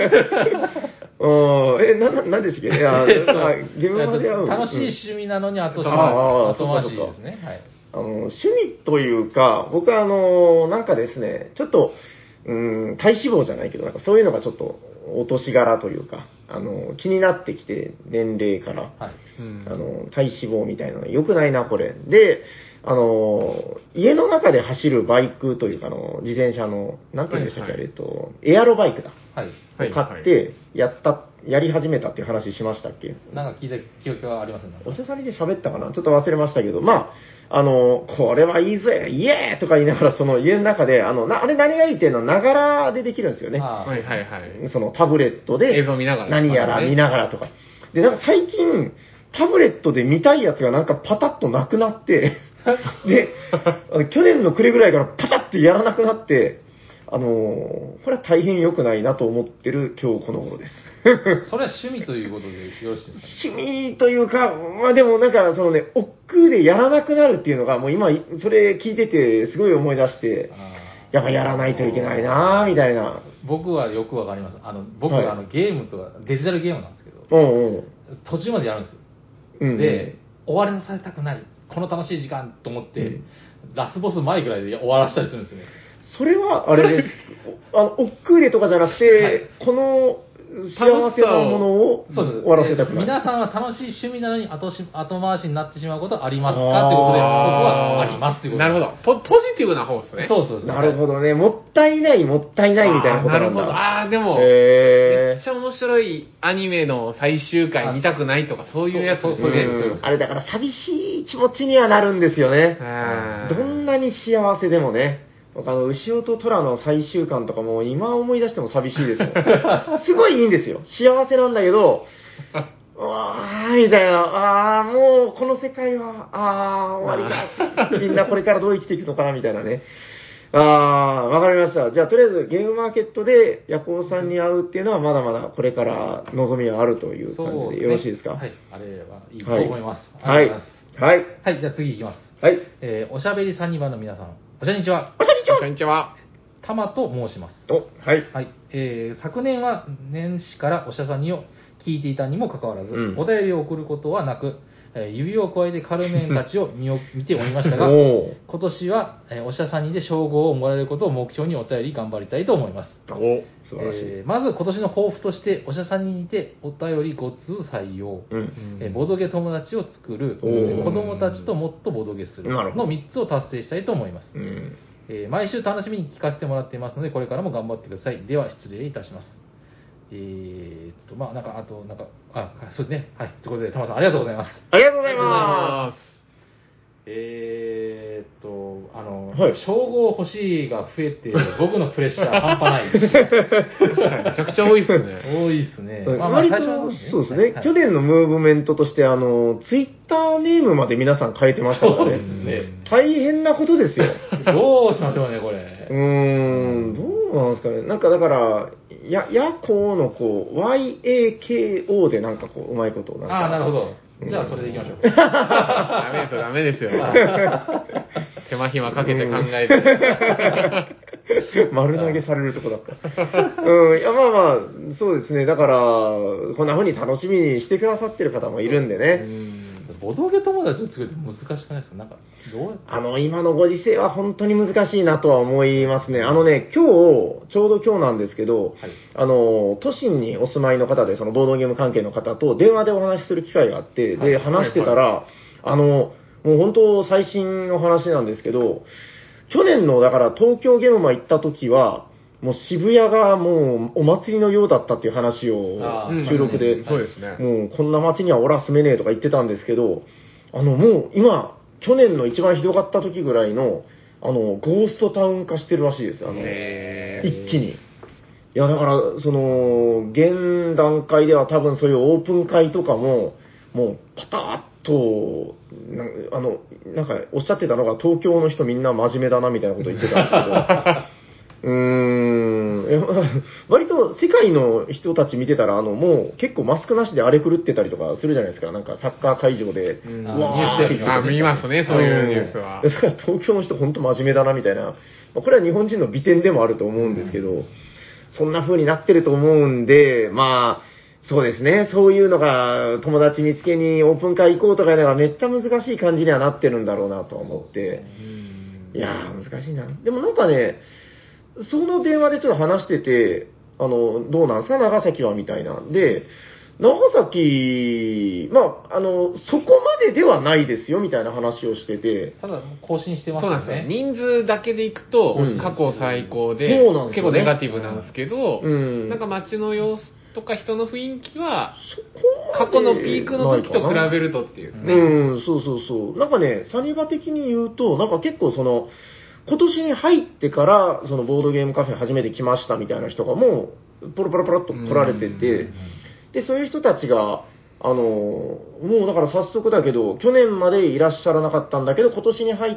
[SPEAKER 1] われる。
[SPEAKER 2] なんでしたっけ？いや、ゲームまで会う。
[SPEAKER 1] 楽しい趣味なのに後回しですね。はい。
[SPEAKER 2] 趣味というか、僕はなんかですね、ちょっと、体脂肪じゃないけど、なんかそういうのがちょっとお年柄というか、気になってきて、年齢から、
[SPEAKER 1] はい
[SPEAKER 2] 体脂肪みたいなの良くないな、これ。で、家の中で走るバイクというか、自転車の、なんて言うんでしたっけ、エアロバイクだ。
[SPEAKER 1] はい。
[SPEAKER 2] 買って、やり始めたっていう話しましたっけ？
[SPEAKER 1] なんか聞いた記憶がありますね。
[SPEAKER 2] おしゃさりで喋ったかな、ちょっと忘れましたけど、まあ、これはいいぜ、イエーとか言いながら、その家の中で、あれ何がいいっていうのは、ながらでできるんですよね。
[SPEAKER 3] はいはいはい。
[SPEAKER 2] そのタブレットで、
[SPEAKER 3] 映像見ながら。
[SPEAKER 2] 何やら見ながらとか。で、なんか最近、タブレットで見たいやつがなんかパタッとなくなって、で、去年の暮れぐらいからパタッとやらなくなって、これは大変良くないなと思ってる今日この頃です。
[SPEAKER 1] それは趣味ということでよろしいですか？
[SPEAKER 2] 趣味というか、まあでもなんか億劫でやらなくなるっていうのが、もう今、それ聞いててすごい思い出して、やっぱやらないといけないなみたいな。
[SPEAKER 1] 僕はよくわかります。僕
[SPEAKER 2] はい
[SPEAKER 1] はゲームとか、デジタルゲームなんですけど、途中までやるんですよ。で、終わりなされたくない。この楽しい時間と思って、ラスボス前ぐらいで終わらせたりするんですよね。
[SPEAKER 2] それは、あれです。億劫でとかじゃなくて、この幸せなものを終わらせたくない。
[SPEAKER 1] 皆さんは楽しい趣味なのに後回しになってしまうことありますかってことで、僕はありますってこと。
[SPEAKER 3] なるほど。ポジティブな方ですね。
[SPEAKER 1] そう。
[SPEAKER 2] なるほどね。もったいないみたいなことなんだ。
[SPEAKER 3] なるほど。でも、めっちゃ面白いアニメの最終回見たくないとか、そういうやつですね。
[SPEAKER 2] あれだから寂しい気持ちにはなるんですよね。どんなに幸せでもね。牛尾と虎の最終巻とかも今思い出しても寂しいですもん。すごいいいんですよ。幸せなんだけど、みたいな、もうこの世界は、終わりだ。みんなこれからどう生きていくのかなみたいなね。わかりました。じゃあとりあえずゲームマーケットでヤコウさんに会うっていうのはまだまだこれから望みはあるという感じでよろしいですか？
[SPEAKER 1] はい。あれはいいと思います。
[SPEAKER 2] はい。
[SPEAKER 1] はい。じゃあ次いきます。
[SPEAKER 2] はい。
[SPEAKER 1] おしゃべりサニバの皆さん、おしゃにちは。
[SPEAKER 3] こんにちは。
[SPEAKER 1] たまと申します。
[SPEAKER 2] はい。
[SPEAKER 1] はい。昨年は年始からおしゃさにを聞いていたにもかかわらず、お便りを送ることはなく、指を加えてカルメンたちを見ておりましたが、今年は、おしゃさにで称号をもらえることを目標にお便り頑張りたいと思います。
[SPEAKER 2] 素晴らしい。
[SPEAKER 1] まず今年の抱負として、おしゃさににてお便り5通採用、ボドゲ友達を作る、子供たちともっとボドゲするの3つを達成したいと思います。毎週楽しみに聞かせてもらっていますので、これからも頑張ってください。では失礼いたします。そうですね。はい。ということで、たまさんありがとうございます。
[SPEAKER 2] ありがとうございます。
[SPEAKER 1] 称号欲しいが増えて、僕のプレッシャー半端ないです。
[SPEAKER 3] めちゃくちゃ多いっすね。
[SPEAKER 1] 多いっすね。
[SPEAKER 2] 割と、そうですね。去年のムーブメントとして、ツイッターネームまで皆さん変えてましたからね。大変なことですよ。
[SPEAKER 1] どうしましょうね、これ。
[SPEAKER 2] どうなんですかね。なんかだから、ヤコウのYAKO でなんかうまいことなんか。
[SPEAKER 1] なるほど。じゃあそれでいきましょう。
[SPEAKER 3] ダメですよ。手間暇かけて考えて。
[SPEAKER 2] 丸投げされるとこだった。いや、そうですね。だから、こんな風に楽しみにしてくださってる方もいるんでね。
[SPEAKER 1] ボドゲ友達を作るって難しくないですか？なんか、どうやって
[SPEAKER 2] 今のご時世は本当に難しいなとは思いますね。今日、ちょうど今日なんですけど、都心にお住まいの方で、そのボードゲーム関係の方と電話でお話しする機会があって、で、話してたら、もう本当最新の話なんですけど、去年の、だから東京ゲームマ行った時は、もう渋谷がもうお祭りのようだったっていう話を収録で、
[SPEAKER 3] そうですね。
[SPEAKER 2] もうこんな街にはおら住めねえとか言ってたんですけど、もう今、去年の一番ひどかった時ぐらいの、ゴーストタウン化してるらしいです。一気に。いや、だから、現段階では多分そういうオープン会とかも、もうパタッと、なんかおっしゃってたのが東京の人みんな真面目だなみたいなこと言ってたんですけど、いや割と世界の人たち見てたら、もう結構マスクなしで荒れ狂ってたりとかするじゃないですか。なんかサッカー会場で、
[SPEAKER 1] ニューステレビ
[SPEAKER 3] 見ますね、そういうニュースは。
[SPEAKER 2] だから東京の人本当真面目だなみたいな。これは日本人の美点でもあると思うんですけど、そんな風になってると思うんで、まあ、そうですね、そういうのが友達見つけにオープン会行こうとかいうのがめっちゃ難しい感じにはなってるんだろうなと思って。いやー、難しいな。でもなんかね、その電話でちょっと話してて、どうなんすか、長崎はみたいな。で、長崎、まあ、そこまでではないですよみたいな話をしてて。
[SPEAKER 1] ただ、更新してます
[SPEAKER 3] そう
[SPEAKER 1] よね。
[SPEAKER 3] なんですよ。人数だけでいくと、過去最高で、
[SPEAKER 2] そうなんですよね
[SPEAKER 3] 結構ネガティブなんですけど、
[SPEAKER 2] うん
[SPEAKER 3] なんか街の様子とか人の雰囲気は、
[SPEAKER 2] そこまで
[SPEAKER 3] 過去のピークの時と比べるとっていうね。
[SPEAKER 2] うん、そうそうそう。なんかね、サニバ的に言うと、なんか結構今年に入ってから、そのボードゲームカフェ初めて来ましたみたいな人がもう、ポロポロポロっと来られてて、で、そういう人たちが、もうだから早速だけど、去年までいらっしゃらなかったんだけど、今年に入って、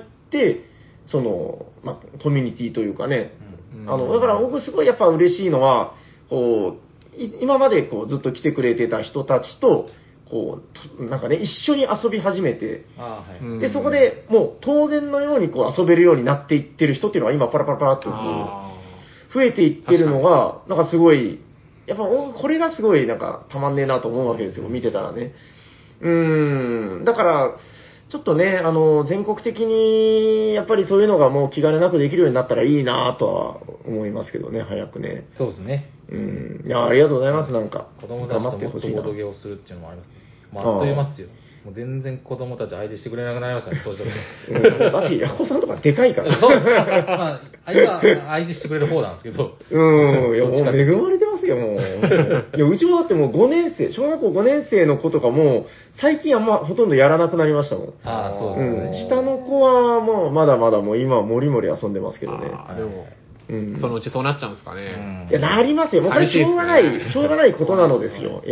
[SPEAKER 2] まあ、コミュニティというかね、だから僕すごいやっぱ嬉しいのは、今までずっと来てくれてた人たちと、なんかね、一緒に遊び始めて、で、そこでもう当然のように遊べるようになっていってる人っていうのが今パラパラパラっと増えていってるのが、なんかすごい、やっぱこれがすごいなんかたまんねえなと思うわけですよ、見てたらね。だから、ちょっとね、全国的にやっぱりそういうのがもう気兼ねなくできるようになったらいいなとは思いますけどね、早くね。
[SPEAKER 1] そうですね。
[SPEAKER 2] いや、ありがとうございます、なんか。
[SPEAKER 1] 子供たちともっとボードゲーをするっていうのもありますね。あっという間っすよ。もう全然子供たち相手してくれなくなりましたね、当時とか。
[SPEAKER 2] だって、ヤコさんとかでかいから。
[SPEAKER 1] まあ、相手してくれる方なんですけど。
[SPEAKER 2] いや、もう恵まれてますよ、もう。いや、うちもだってもう5年生、小学校5年生の子とかも、最近ほとんどやらなくなりましたもん。
[SPEAKER 1] ああ、そうですね。
[SPEAKER 2] 下の子はもう、まだまだもう今、もりもり遊んでますけどね。
[SPEAKER 3] でも、そのうちそうなっちゃうんですかね。
[SPEAKER 2] いや、なりますよ。もうこれしょうがない、しょうがないことなのですよ。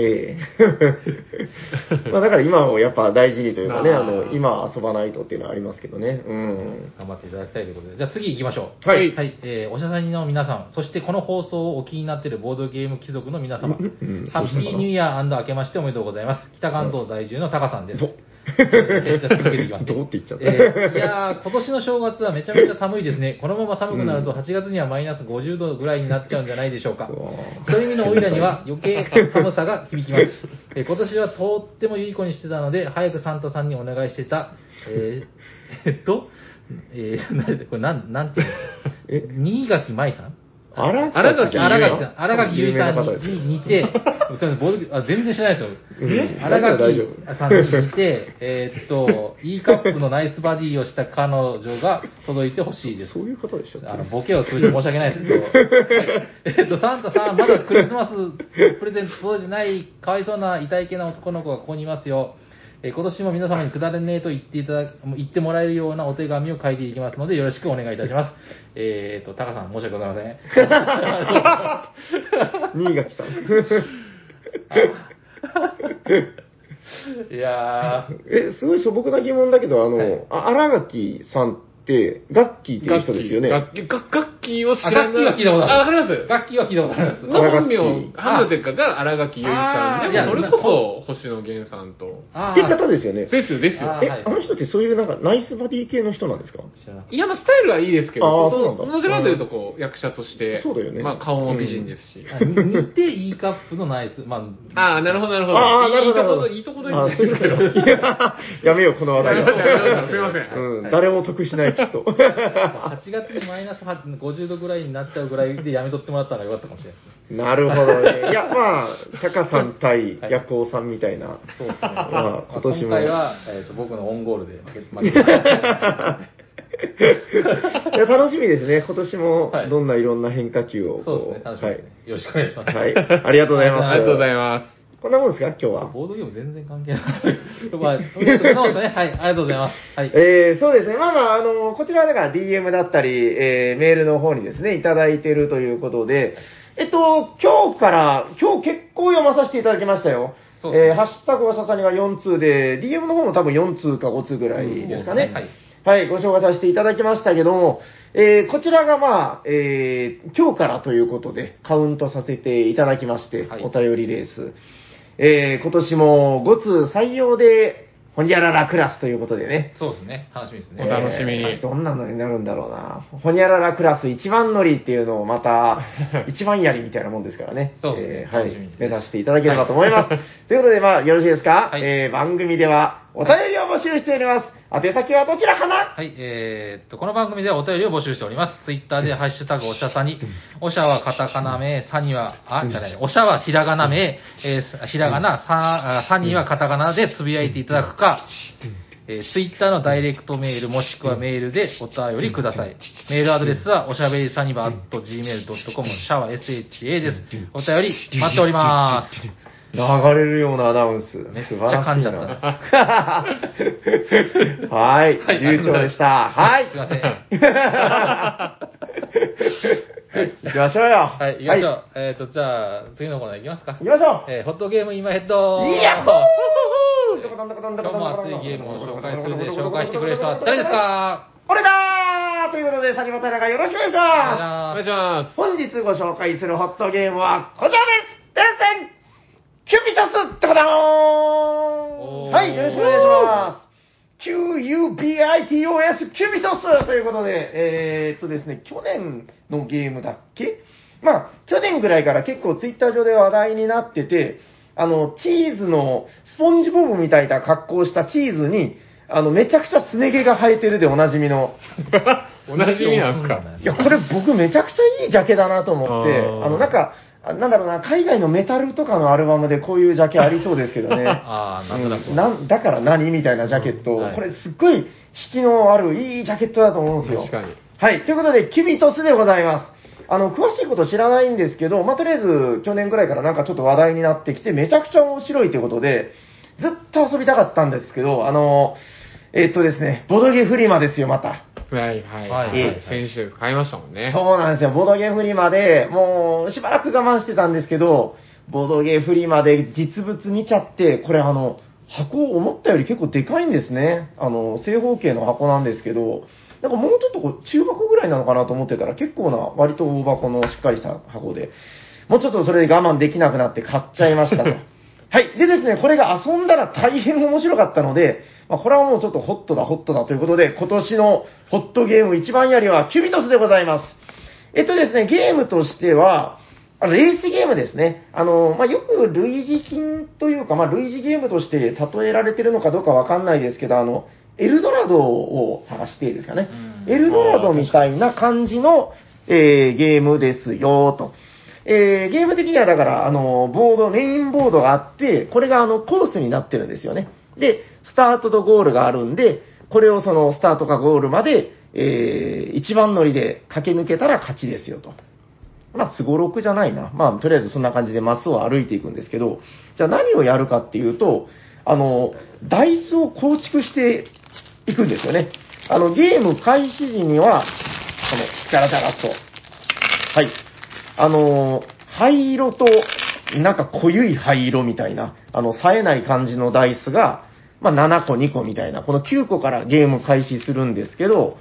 [SPEAKER 2] まあだから今をやっぱ大事にというかね、今遊ばないとっていうのはありますけどね。
[SPEAKER 1] 頑張っていただきたいということで。じゃあ次行きましょう。
[SPEAKER 2] はい。
[SPEAKER 1] はい。おしゃさんの皆さん、そしてこの放送をお気になっているボードゲーム貴族の皆様、ハッピーニューイヤー&明けましておめでとうございます。北関東在住のタカさんです。じゃあ続けていきます。
[SPEAKER 2] どうって言っちゃった。
[SPEAKER 1] いやー、今年の正月はめちゃめちゃ寒いですね。このまま寒くなると8月にはマイナス50度ぐらいになっちゃうんじゃないでしょうか。そういう意味のオイラには余計寒さが響きます。今年はとってもいい子にしてたので、早くサンタさんにお願いしてた、これなんていうんですか。新垣舞さん
[SPEAKER 2] 荒
[SPEAKER 1] 垣結衣さんに似て、全然知らないですよ。荒垣さんに似て、E カップのナイスバディをした彼女が届いてほしいです。
[SPEAKER 2] そういうことでしょ。
[SPEAKER 1] ボケを通じて申し訳ないですけど、サンタさん、まだクリスマスプレゼント届いてない、かわいそうな痛い系な男の子がここにいますよ。今年も皆様にくだらねえと言ってもらえるようなお手紙を書いていきますので、よろしくお願いいたします。タカさん、申し訳ございません。
[SPEAKER 2] 新垣さん。
[SPEAKER 1] いや
[SPEAKER 2] すごい素朴な疑問だけど、荒垣さんっってガッキーっていう人ですよね。
[SPEAKER 3] ガッキーを知らない。
[SPEAKER 1] ガッキーは聞いたことある。
[SPEAKER 3] わかります
[SPEAKER 1] ガッキーは聞いたことあります。
[SPEAKER 3] 本名というかが新垣結衣さんで、それこそ星野源さんと。
[SPEAKER 2] って方ですよね。
[SPEAKER 3] ですよ。
[SPEAKER 2] あの人ってそういうなんかナイスバディ系の人なんですか？
[SPEAKER 3] いや、スタイルはいいですけど、
[SPEAKER 2] そうなんだ。
[SPEAKER 3] どちらかというとこう役者として、
[SPEAKER 2] そうだよね。
[SPEAKER 3] 顔も美人ですし。
[SPEAKER 1] 似ていいカップのナイス。な
[SPEAKER 3] るほど。いいとこ取りですけど。
[SPEAKER 2] やめよう、この話題は。
[SPEAKER 3] すいません。
[SPEAKER 2] 誰も得しない、きっと。
[SPEAKER 1] 8月にマイナス50度ぐらいになっちゃうぐらいでやめとってもらったのがよかったかもしれないですね。
[SPEAKER 2] なるほどね。いや、タカさん対ヤコウさんみたいな。
[SPEAKER 1] そうですね。
[SPEAKER 2] 今年も。
[SPEAKER 1] 今回は、僕のオンゴールで負けました。
[SPEAKER 2] いや楽しみですね。今年もどんないろんな変化球を。
[SPEAKER 1] そうですね。楽しみですね。よろしくお願いします。
[SPEAKER 2] はい。ありがとうございます。
[SPEAKER 3] ありがとうございます。
[SPEAKER 2] こんなもんですか今日は。
[SPEAKER 1] ボードゲーム全然関係ない。そうですね。はい、ありがとうございます。はい。
[SPEAKER 2] そうですね。こちらはだから DM だったり、メールの方にですね、いただいているということで、今日結構読まさせていただきましたよ。そうですね。ハッシュタグはささには4通で、DM の方も多分4通か5通ぐらいですかね。はい。ご紹介させていただきましたけども、こちらが今日からということでカウントさせていただきまして、お便りレース。今年も5通採用で、ほにゃららクラスということでね。
[SPEAKER 1] そうですね。楽しみですね。
[SPEAKER 3] お楽しみに。
[SPEAKER 2] どんなのになるんだろうな。ほにゃららクラス一番乗りっていうのをまた、一番やりみたいなもんですからね。
[SPEAKER 1] そうですね。
[SPEAKER 2] はい。目指していただければと思います。ということで、よろしいですか？番組ではお便りを募集しております。宛先はどちらかな？
[SPEAKER 1] はい、この番組ではお便りを募集しております。ツイッターでハッシュタグおしゃさに、おしゃはカタカナ名、さには、おしゃはひらがな名、ひらがな、さにはカタカナでつぶやいていただくか、ツイッターのダイレクトメールもしくはメールでお便りください。メールアドレスはおしゃべりさにば .gmail.com、シャワー SHA です。お便り待っております。
[SPEAKER 2] 流れるようなアナウンス。
[SPEAKER 1] めっちゃ噛んじゃった。
[SPEAKER 2] はい。流暢でした。はい。
[SPEAKER 1] すいません。
[SPEAKER 2] 行きましょうよ。
[SPEAKER 1] はい、行きましょう。じゃあ、次のコーナー行きますか。
[SPEAKER 2] 行きましょ
[SPEAKER 1] う。ホットゲーム今ヘッド。
[SPEAKER 2] いやっほー
[SPEAKER 1] 今日も熱いゲームを紹介するで紹介してくれる人は誰ですか？
[SPEAKER 2] 俺だーということで、サニバタラがよろしくお願いします。
[SPEAKER 3] お願いします。
[SPEAKER 2] 本日ご紹介するホットゲームはこちらです。てんてんキュビトスってことだーはい、よろしくお願いします。QUBITOS キュビトスということで、ですね、去年のゲームだっけ？去年ぐらいから結構ツイッター上で話題になってて、チーズの、スポンジボブみたいな格好をしたチーズに、めちゃくちゃすね毛が生えてるでおなじみの。
[SPEAKER 3] おなじみなんですか？
[SPEAKER 2] いや、これ僕めちゃくちゃいいジャケだなと思って、なんだろうな、海外のメタルとかのアルバムでこういうジャケありそうですけどね。だから何みたいなジャケット。これすっごい引きのあるいいジャケットだと思うんですよ。
[SPEAKER 3] 確かに。
[SPEAKER 2] はい、ということで、キュビトスでございます。詳しいこと知らないんですけど、とりあえず去年ぐらいからなんかちょっと話題になってきて、めちゃくちゃ面白いということで、ずっと遊びたかったんですけど、ですね、ボドゲフリマですよ、また。
[SPEAKER 3] はい。先週買いましたもんね。
[SPEAKER 2] そうなんですよ、ボドゲフリマで、もうしばらく我慢してたんですけど、ボドゲフリマで実物見ちゃって、これ箱思ったより結構でかいんですね。正方形の箱なんですけど、なんかもうちょっと中箱ぐらいなのかなと思ってたら結構な割と大箱のしっかりした箱で、もうちょっとそれで我慢できなくなって買っちゃいましたと。はい。でですね、これが遊んだら大変面白かったので、これはもうちょっとホットだということで、今年のホットゲーム一番やりはキュビトスでございます。ですね、ゲームとしては、レースゲームですね。よく類似品というか、類似ゲームとして例えられてるのかどうかわかんないですけど、エルドラドを探していいですかね。エルドラドみたいな感じの、ゲームですよ、と。ゲーム的にはだから、メインボードがあって、これがコースになってるんですよね。で、スタートとゴールがあるんで、これをそのスタートかゴールまで、一番乗りで駆け抜けたら勝ちですよと。すごろくじゃないな。とりあえずそんな感じでマスを歩いていくんですけど、じゃあ何をやるかっていうと、ダイスを構築していくんですよね。ゲーム開始時には、ジャラジャラっと。はい。灰色と、なんか濃ゆい灰色みたいな、冴えない感じのダイスが、7個2個みたいな、この9個からゲーム開始するんですけど、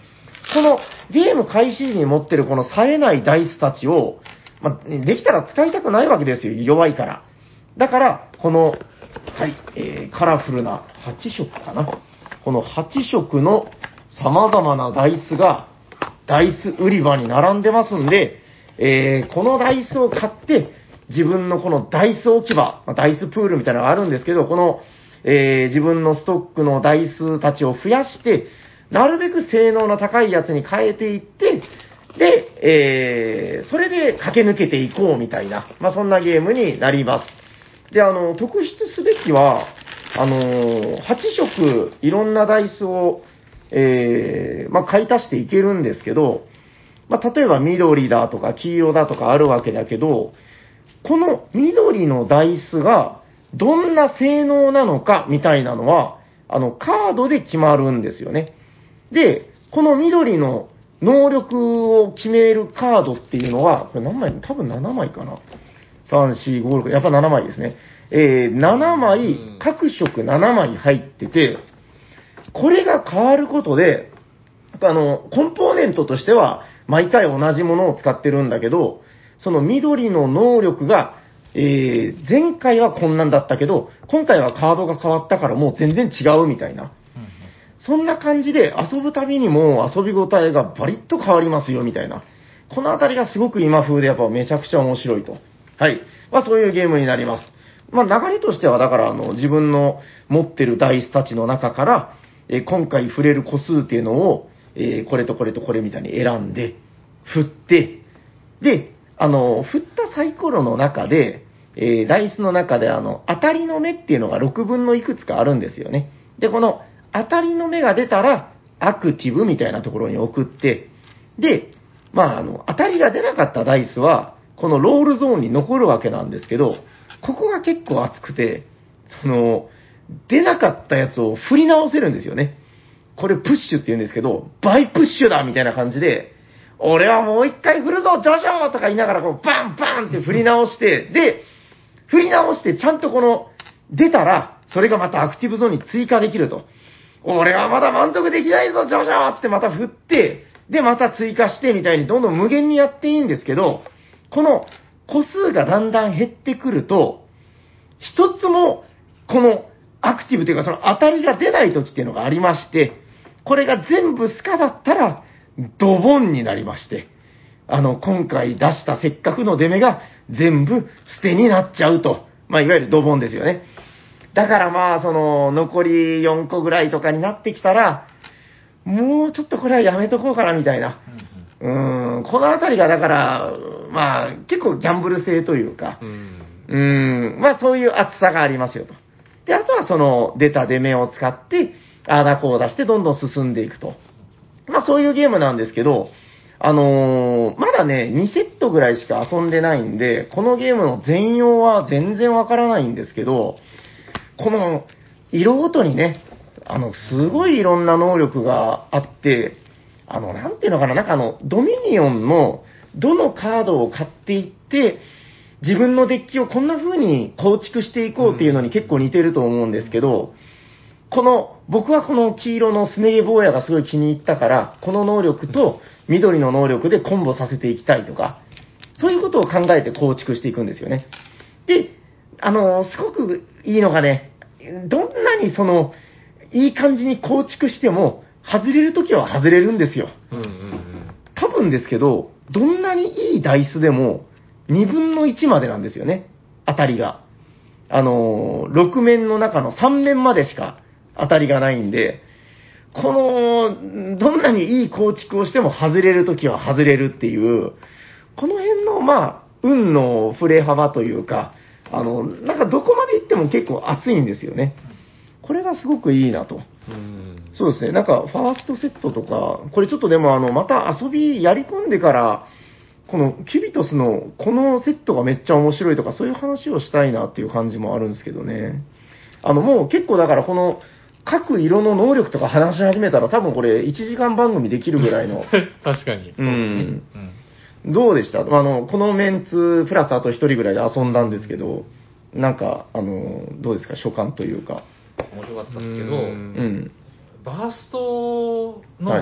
[SPEAKER 2] このゲーム開始時に持ってるこの冴えないダイスたちを、できたら使いたくないわけですよ、弱いから。だから、この、はい、カラフルな8色かな。この8色の様々なダイスが、ダイス売り場に並んでますんで、このダイスを買って、自分のこのダイス置き場、ダイスプールみたいなのがあるんですけど、この、自分のストックのダイスたちを増やして、なるべく性能の高いやつに変えていって、で、それで駆け抜けていこうみたいな、そんなゲームになります。で、特筆すべきは、8色いろんなダイスを、買い足していけるんですけど、例えば緑だとか黄色だとかあるわけだけど、この緑のダイスがどんな性能なのかみたいなのは、カードで決まるんですよね。で、この緑の能力を決めるカードっていうのは、これ何枚？多分7枚かな。3、4、5、6、やっぱ7枚ですね。7枚、各色7枚入ってて、これが変わることで、コンポーネントとしては、毎回同じものを使ってるんだけど、その緑の能力が、前回はこんなんだったけど、今回はカードが変わったからもう全然違うみたいな。そんな感じで遊ぶたびにも遊び応えがバリッと変わりますよみたいな。このあたりがすごく今風でやっぱめちゃくちゃ面白いと。はい。そういうゲームになります。流れとしてはだから自分の持ってるダイスたちの中から、今回触れる個数っていうのを、これとこれとこれみたいに選んで、振って、で、振ったサイコロの中で、ダイスの中で当たりの目っていうのが6分のいくつかあるんですよね。で、この当たりの目が出たら、アクティブみたいなところに送って、で、当たりが出なかったダイスは、このロールゾーンに残るわけなんですけど、ここが結構熱くて、出なかったやつを振り直せるんですよね。これプッシュって言うんですけど、バイプッシュだみたいな感じで、俺はもう一回振るぞ、ジョジョとか言いながら、バンバンって振り直して、で、振り直してちゃんと出たら、それがまたアクティブゾーンに追加できると。俺はまだ満足できないぞ、ジョジョってまた振って、で、また追加してみたいにどんどん無限にやっていいんですけど、この個数がだんだん減ってくると、一つも、このアクティブというかその当たりが出ない時っていうのがありまして、これが全部スカだったら、ドボンになりまして、今回出したせっかくの出目が全部捨てになっちゃうと。いわゆるドボンですよね。だから残り4個ぐらいとかになってきたら、もうちょっとこれはやめとこうかなみたいな。このあたりがだから、結構ギャンブル性というか、そういう厚さがありますよと。で、あとは出た出目を使って、ああだこう出してどんどん進んでいくと。そういうゲームなんですけど、まだね、2セットぐらいしか遊んでないんで、このゲームの全容は全然わからないんですけど、この色ごとにね、すごいいろんな能力があって、なんていうのかな、ドミニオンのどのカードを買っていって、自分のデッキをこんな風に構築していこうっていうのに結構似てると思うんですけど、僕はこの黄色のスネゲ坊やがすごい気に入ったから、この能力と緑の能力でコンボさせていきたいとか、そういうことを考えて構築していくんですよね。で、すごくいいのがね、どんなにいい感じに構築しても、外れるときは外れるんですよ。多分ですけど、どんなにいいダイスでも、2分の1までなんですよね、当たりが。6面の中の3面までしか当たりがないんで、どんなにいい構築をしても外れるときは外れるっていう、この辺の、運の振れ幅というか、どこまで行っても結構熱いんですよね。これがすごくいいなと。そうですね。ファーストセットとか、これちょっとでもまた遊びやり込んでから、このキュビトスのこのセットがめっちゃ面白いとか、そういう話をしたいなっていう感じもあるんですけどね。もう結構だからこの各色の能力とか話し始めたら多分これ1時間番組できるぐらいの。
[SPEAKER 3] 確かに。そうですね。
[SPEAKER 2] どうでしたこのメンツプラスあと1人ぐらいで遊んだんですけど、どうですか所感というか。
[SPEAKER 1] 面白かったですけど、バーストの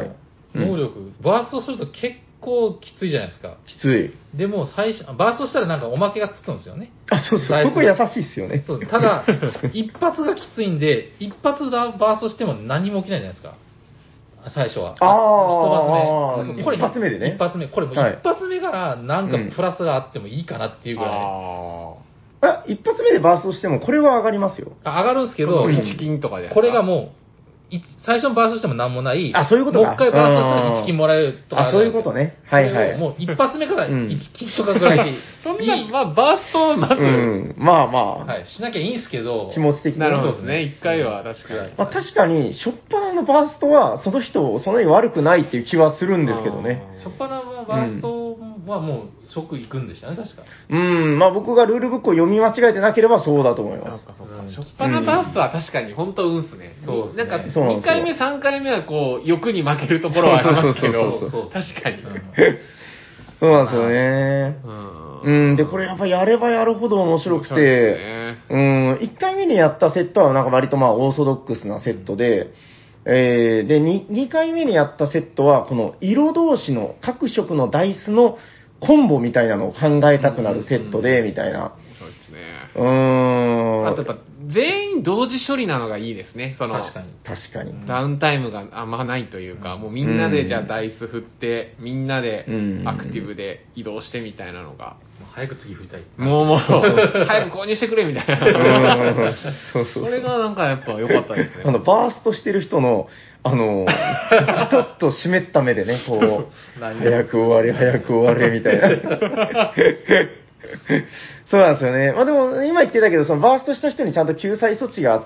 [SPEAKER 1] 能力、バーストすると結構きついじゃないですか。
[SPEAKER 2] きつい。
[SPEAKER 1] でも最初、バーストしたらなんかおまけがつくんですよね。
[SPEAKER 2] あ、そうそう。ここ優しいっすよね。
[SPEAKER 1] そう。ただ、一発がきついんで、一発バーストしても何も起きないじゃないですか。最初は。
[SPEAKER 2] ああ、
[SPEAKER 1] 一発目。これ
[SPEAKER 2] 一発目でね。
[SPEAKER 1] 一発目。これもう一発目からなんかプラスがあってもいいかなっていうぐらい。
[SPEAKER 2] 一発目でバーストしても、これは上がりますよ。
[SPEAKER 1] 上がるんですけど、
[SPEAKER 3] 1金とかで。
[SPEAKER 1] これがもう、最初のバーストしても何もない。
[SPEAKER 2] あ、そういうことか。
[SPEAKER 1] もう一回バーストしたら1金もらえるとか
[SPEAKER 2] あ、そういうことね。はいはい。
[SPEAKER 1] もう一発目から1金とかぐらい。
[SPEAKER 3] そんな、まあ、バーストをまず、
[SPEAKER 2] まあまあ。
[SPEAKER 1] はい、しなきゃいいんですけど。
[SPEAKER 2] 気持ち的に。
[SPEAKER 3] なるほどですね。1回は確かに。
[SPEAKER 2] まあ確かに、初っ端のバーストは、その人、そんなに悪くないっていう気はするんですけどね。
[SPEAKER 1] 初っ端のバーストはもう即行くんでしたね、確か。
[SPEAKER 2] まあ僕がルールブックを読み間違えてなければそうだと思います。
[SPEAKER 3] 初っ端のバーストは確かに本当運っすね。
[SPEAKER 1] そう
[SPEAKER 3] なんか、2回目、3回目はこう、欲に負けるところはありますけど、確かに。
[SPEAKER 2] そうなんですよね。で、これやっぱやればやるほど面白くて、1回目にやったセットはなんか割とまあオーソドックスなセットで、で、2回目にやったセットは、この色同士の各色のダイスのコンボみたいなのを考えたくなるセットで、みたいな。
[SPEAKER 3] そうですね。
[SPEAKER 2] あ
[SPEAKER 3] とやっぱ、全員同時処理なのがいいですね。
[SPEAKER 2] 確かに。
[SPEAKER 3] ダウンタイムがあんまないというか、もうみんなでじゃあダイス振って、みんなでアクティブで移動してみたいなのが。
[SPEAKER 1] 早く次振りたい。
[SPEAKER 3] もう、早く購入してくれみたいな。
[SPEAKER 2] そう
[SPEAKER 3] それがなんかやっぱ良かったですね。
[SPEAKER 2] バーストしてる人の、じとっと湿った目でね、こう、早く終われ、早く終われ、みたいな。そうなんですよね。まあでも、今言ってたけど、そのバーストした人にちゃんと救済措置があって、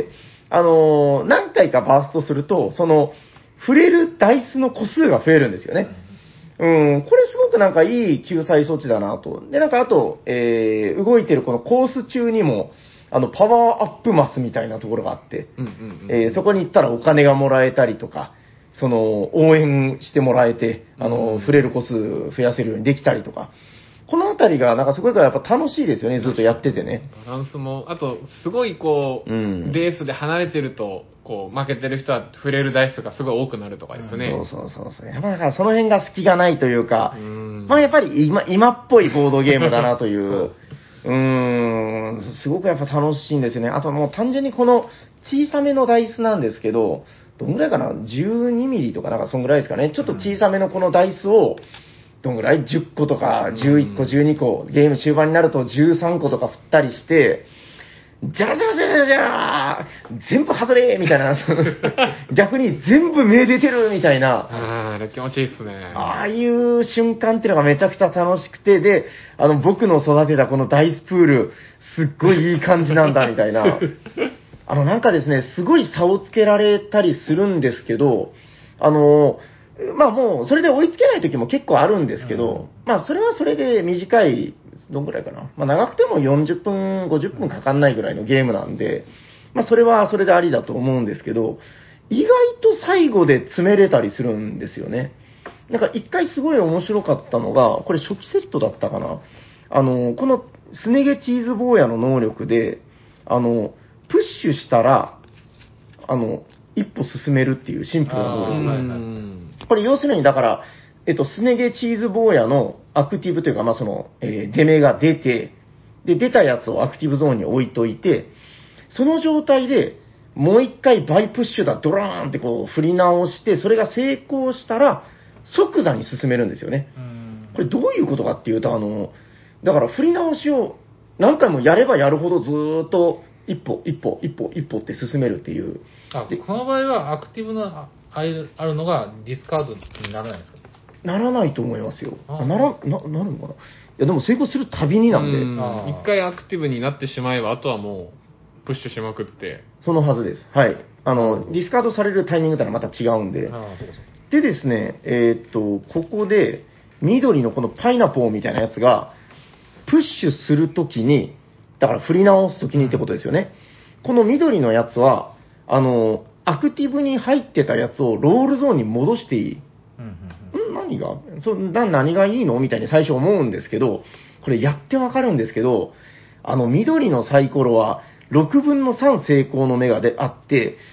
[SPEAKER 2] 何回かバーストすると、その、触れるダイスの個数が増えるんですよね。これすごくなんかいい救済措置だなと。で、なんかあと、動いてるこのコース中にも、パワーアップマスみたいなところがあって、そこに行ったらお金がもらえたりとか、その、応援してもらえて、触れる個数増やせるようにできたりとか、このあたりが、なんかすごいやっぱ楽しいですよね、ずっとやっててね。
[SPEAKER 3] バランスも、あと、すごいこう、レースで離れてると、こう、負けてる人は触れるダイスがすごい多くなるとかですね。
[SPEAKER 2] そう。やっぱだからその辺が隙がないというか、まあやっぱり今っぽいボードゲームだなという。すごくやっぱ楽しいんですよね。あともう単純にこの小さめのダイスなんですけど、どんぐらいかな ?12 ミリとかなんかそんぐらいですかね。ちょっと小さめのこのダイスを、どんぐらい ?10 個とか11個、12個、ゲーム終盤になると13個とか振ったりして、じゃらじゃらじゃらじゃら全部外れみたいな、逆に全部目出てるみたいな。
[SPEAKER 3] 気持ちいいっすね。
[SPEAKER 2] ああいう瞬間っていうのがめちゃくちゃ楽しくて、で、僕の育てたこのダイスプール、すっごいいい感じなんだみたいな。なんかですね、すごい差をつけられたりするんですけど、まあもう、それで追いつけない時も結構あるんですけど、まあそれはそれで短い、どんぐらいかな。まあ長くても40分、50分かかんないぐらいのゲームなんで、まあそれはそれでありだと思うんですけど、意外と最後で詰めれたりするんですよね。なんか一回すごい面白かったのが、これ初期セットだったかな。このスネゲチーズ坊やの能力で、プッシュしたら、一歩進めるっていうシンプルな能力。これ要するにだから、スネゲチーズ坊やのアクティブというか、まあその、出目が出て、で、出たやつをアクティブゾーンに置いといて、その状態で、もう一回バイプッシュだ、ドラーンってこう振り直して、それが成功したら、即座に進めるんですよね。これどういうことかっていうと、だから振り直しを何回もやればやるほどずーっと一歩って進めるっていう。
[SPEAKER 1] でこの場合はアクティブなあるのがディスカードにならないですか？
[SPEAKER 2] ならないと思いますよ。なるのかな。いやでも成功するたびになんで。
[SPEAKER 3] 一回アクティブになってしまえば、あとはもうプッシュしまくって。
[SPEAKER 2] そのはずです。はい。ディスカードされるタイミングとはまた違うんで。でですね、ここで緑のこのパイナポーみたいなやつが、プッシュするときに、だから振り直すときにってことですよね。この緑のやつは、アクティブに入ってたやつをロールゾーンに戻していい。何がいいのみたいに最初思うんですけど、これやってわかるんですけど、緑のサイコロは 6分の3成功の目があって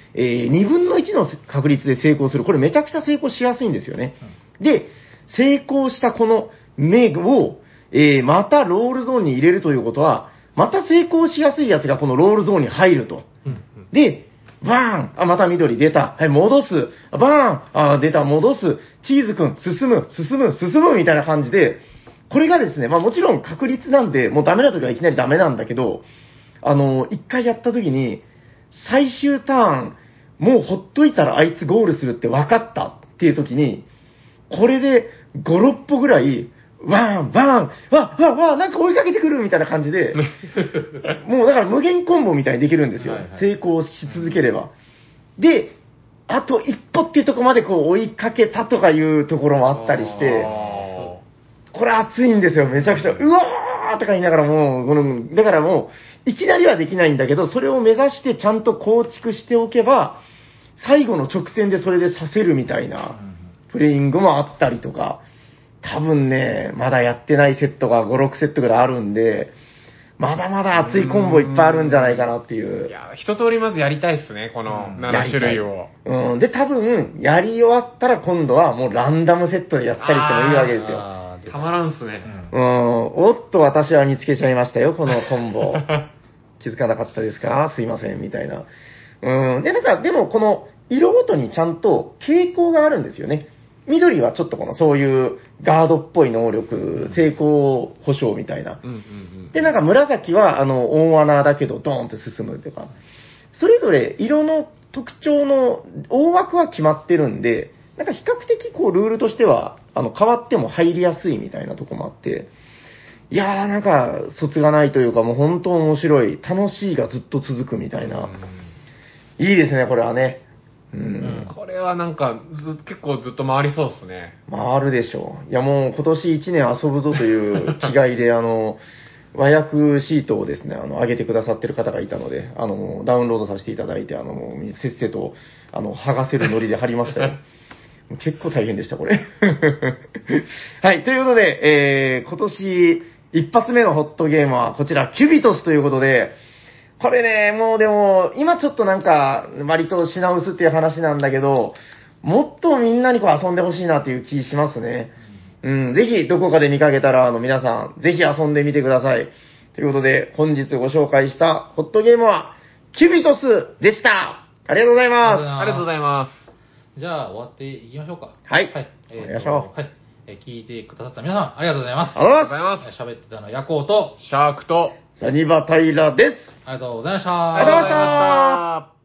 [SPEAKER 2] 、2分の1の確率で成功する。これめちゃくちゃ成功しやすいんですよね。で、成功したこの目を、またロールゾーンに入れるということは、また成功しやすいやつがこのロールゾーンに入ると。で、バーンまた緑出た。はい、戻す。バーン出た、戻す。チーズくん、進むみたいな感じで、これがですね、まあもちろん確率なんで、もうダメな時はいきなりダメなんだけど、一回やった時に、最終ターン、もうほっといたらあいつゴールするって分かったっていう時に、これで5、6歩ぐらい、ワン、バーン、なんか追いかけてくるみたいな感じで、もうだから無限コンボみたいにできるんですよ。はいはい、成功し続ければ。で、あと一歩っていうところまでこう追いかけたとかいうところもあったりして、これ熱いんですよ、めちゃくちゃ。うわーとか言いながらもう、だからもう、いきなりはできないんだけど、それを目指してちゃんと構築しておけば、最後の直線でそれでさせるみたいなプレイングもあったりとか、多分ね、まだやってないセットが5、6セットぐらいあるんで、まだまだ熱いコンボいっぱいあるんじゃないかなっていう。
[SPEAKER 3] いや、一通りまずやりたいですね、この7種類を。
[SPEAKER 2] で、多分、やり終わったら今度はもうランダムセットでやったりしてもいいわけですよ。
[SPEAKER 3] たまらんっすね。
[SPEAKER 2] おっと、私は見つけちゃいましたよ、このコンボ。気づかなかったですか？すいません、みたいな。で、でもこの色ごとにちゃんと傾向があるんですよね。緑はちょっとそういうガードっぽい能力、成功保証みたいな。で、紫は大穴だけどドーンと進むとか、それぞれ色の特徴の大枠は決まってるんで、比較的ルールとしては変わっても入りやすいみたいなとこもあって、いやー卒がないというかもう本当面白い、楽しいがずっと続くみたいな。いいですね、これはね。
[SPEAKER 3] これは結構ずっと回りそうですね。
[SPEAKER 2] 回るでしょう。いやもう今年1年遊ぶぞという気概で和訳シートをですね、上げてくださってる方がいたので、ダウンロードさせていただいて、もうせっせと、剥がせるノリで貼りましたよ。結構大変でした、これ。はい、ということで、今年一発目のホットゲームはこちら、キュビトスということで、これね、もうでも、今ちょっと割と品薄っていう話なんだけど、もっとみんなに遊んでほしいなという気しますね。ぜひどこかで見かけたら、皆さん、ぜひ遊んでみてください。ということで、本日ご紹介したホットゲームは、キュビトスでした。ありがとうございます。
[SPEAKER 3] ありがとうございます。
[SPEAKER 1] じゃあ、終わっていきましょうか。
[SPEAKER 2] はい。終わりましょ
[SPEAKER 1] う。はい。聞いてくださった皆さん、ありがとうございます。
[SPEAKER 2] ありがとうございます。
[SPEAKER 1] 喋ってたのはヤコウと、
[SPEAKER 3] シャークと、
[SPEAKER 2] サニバタイラです。
[SPEAKER 1] ありがとうございました。
[SPEAKER 2] ありがとうございました。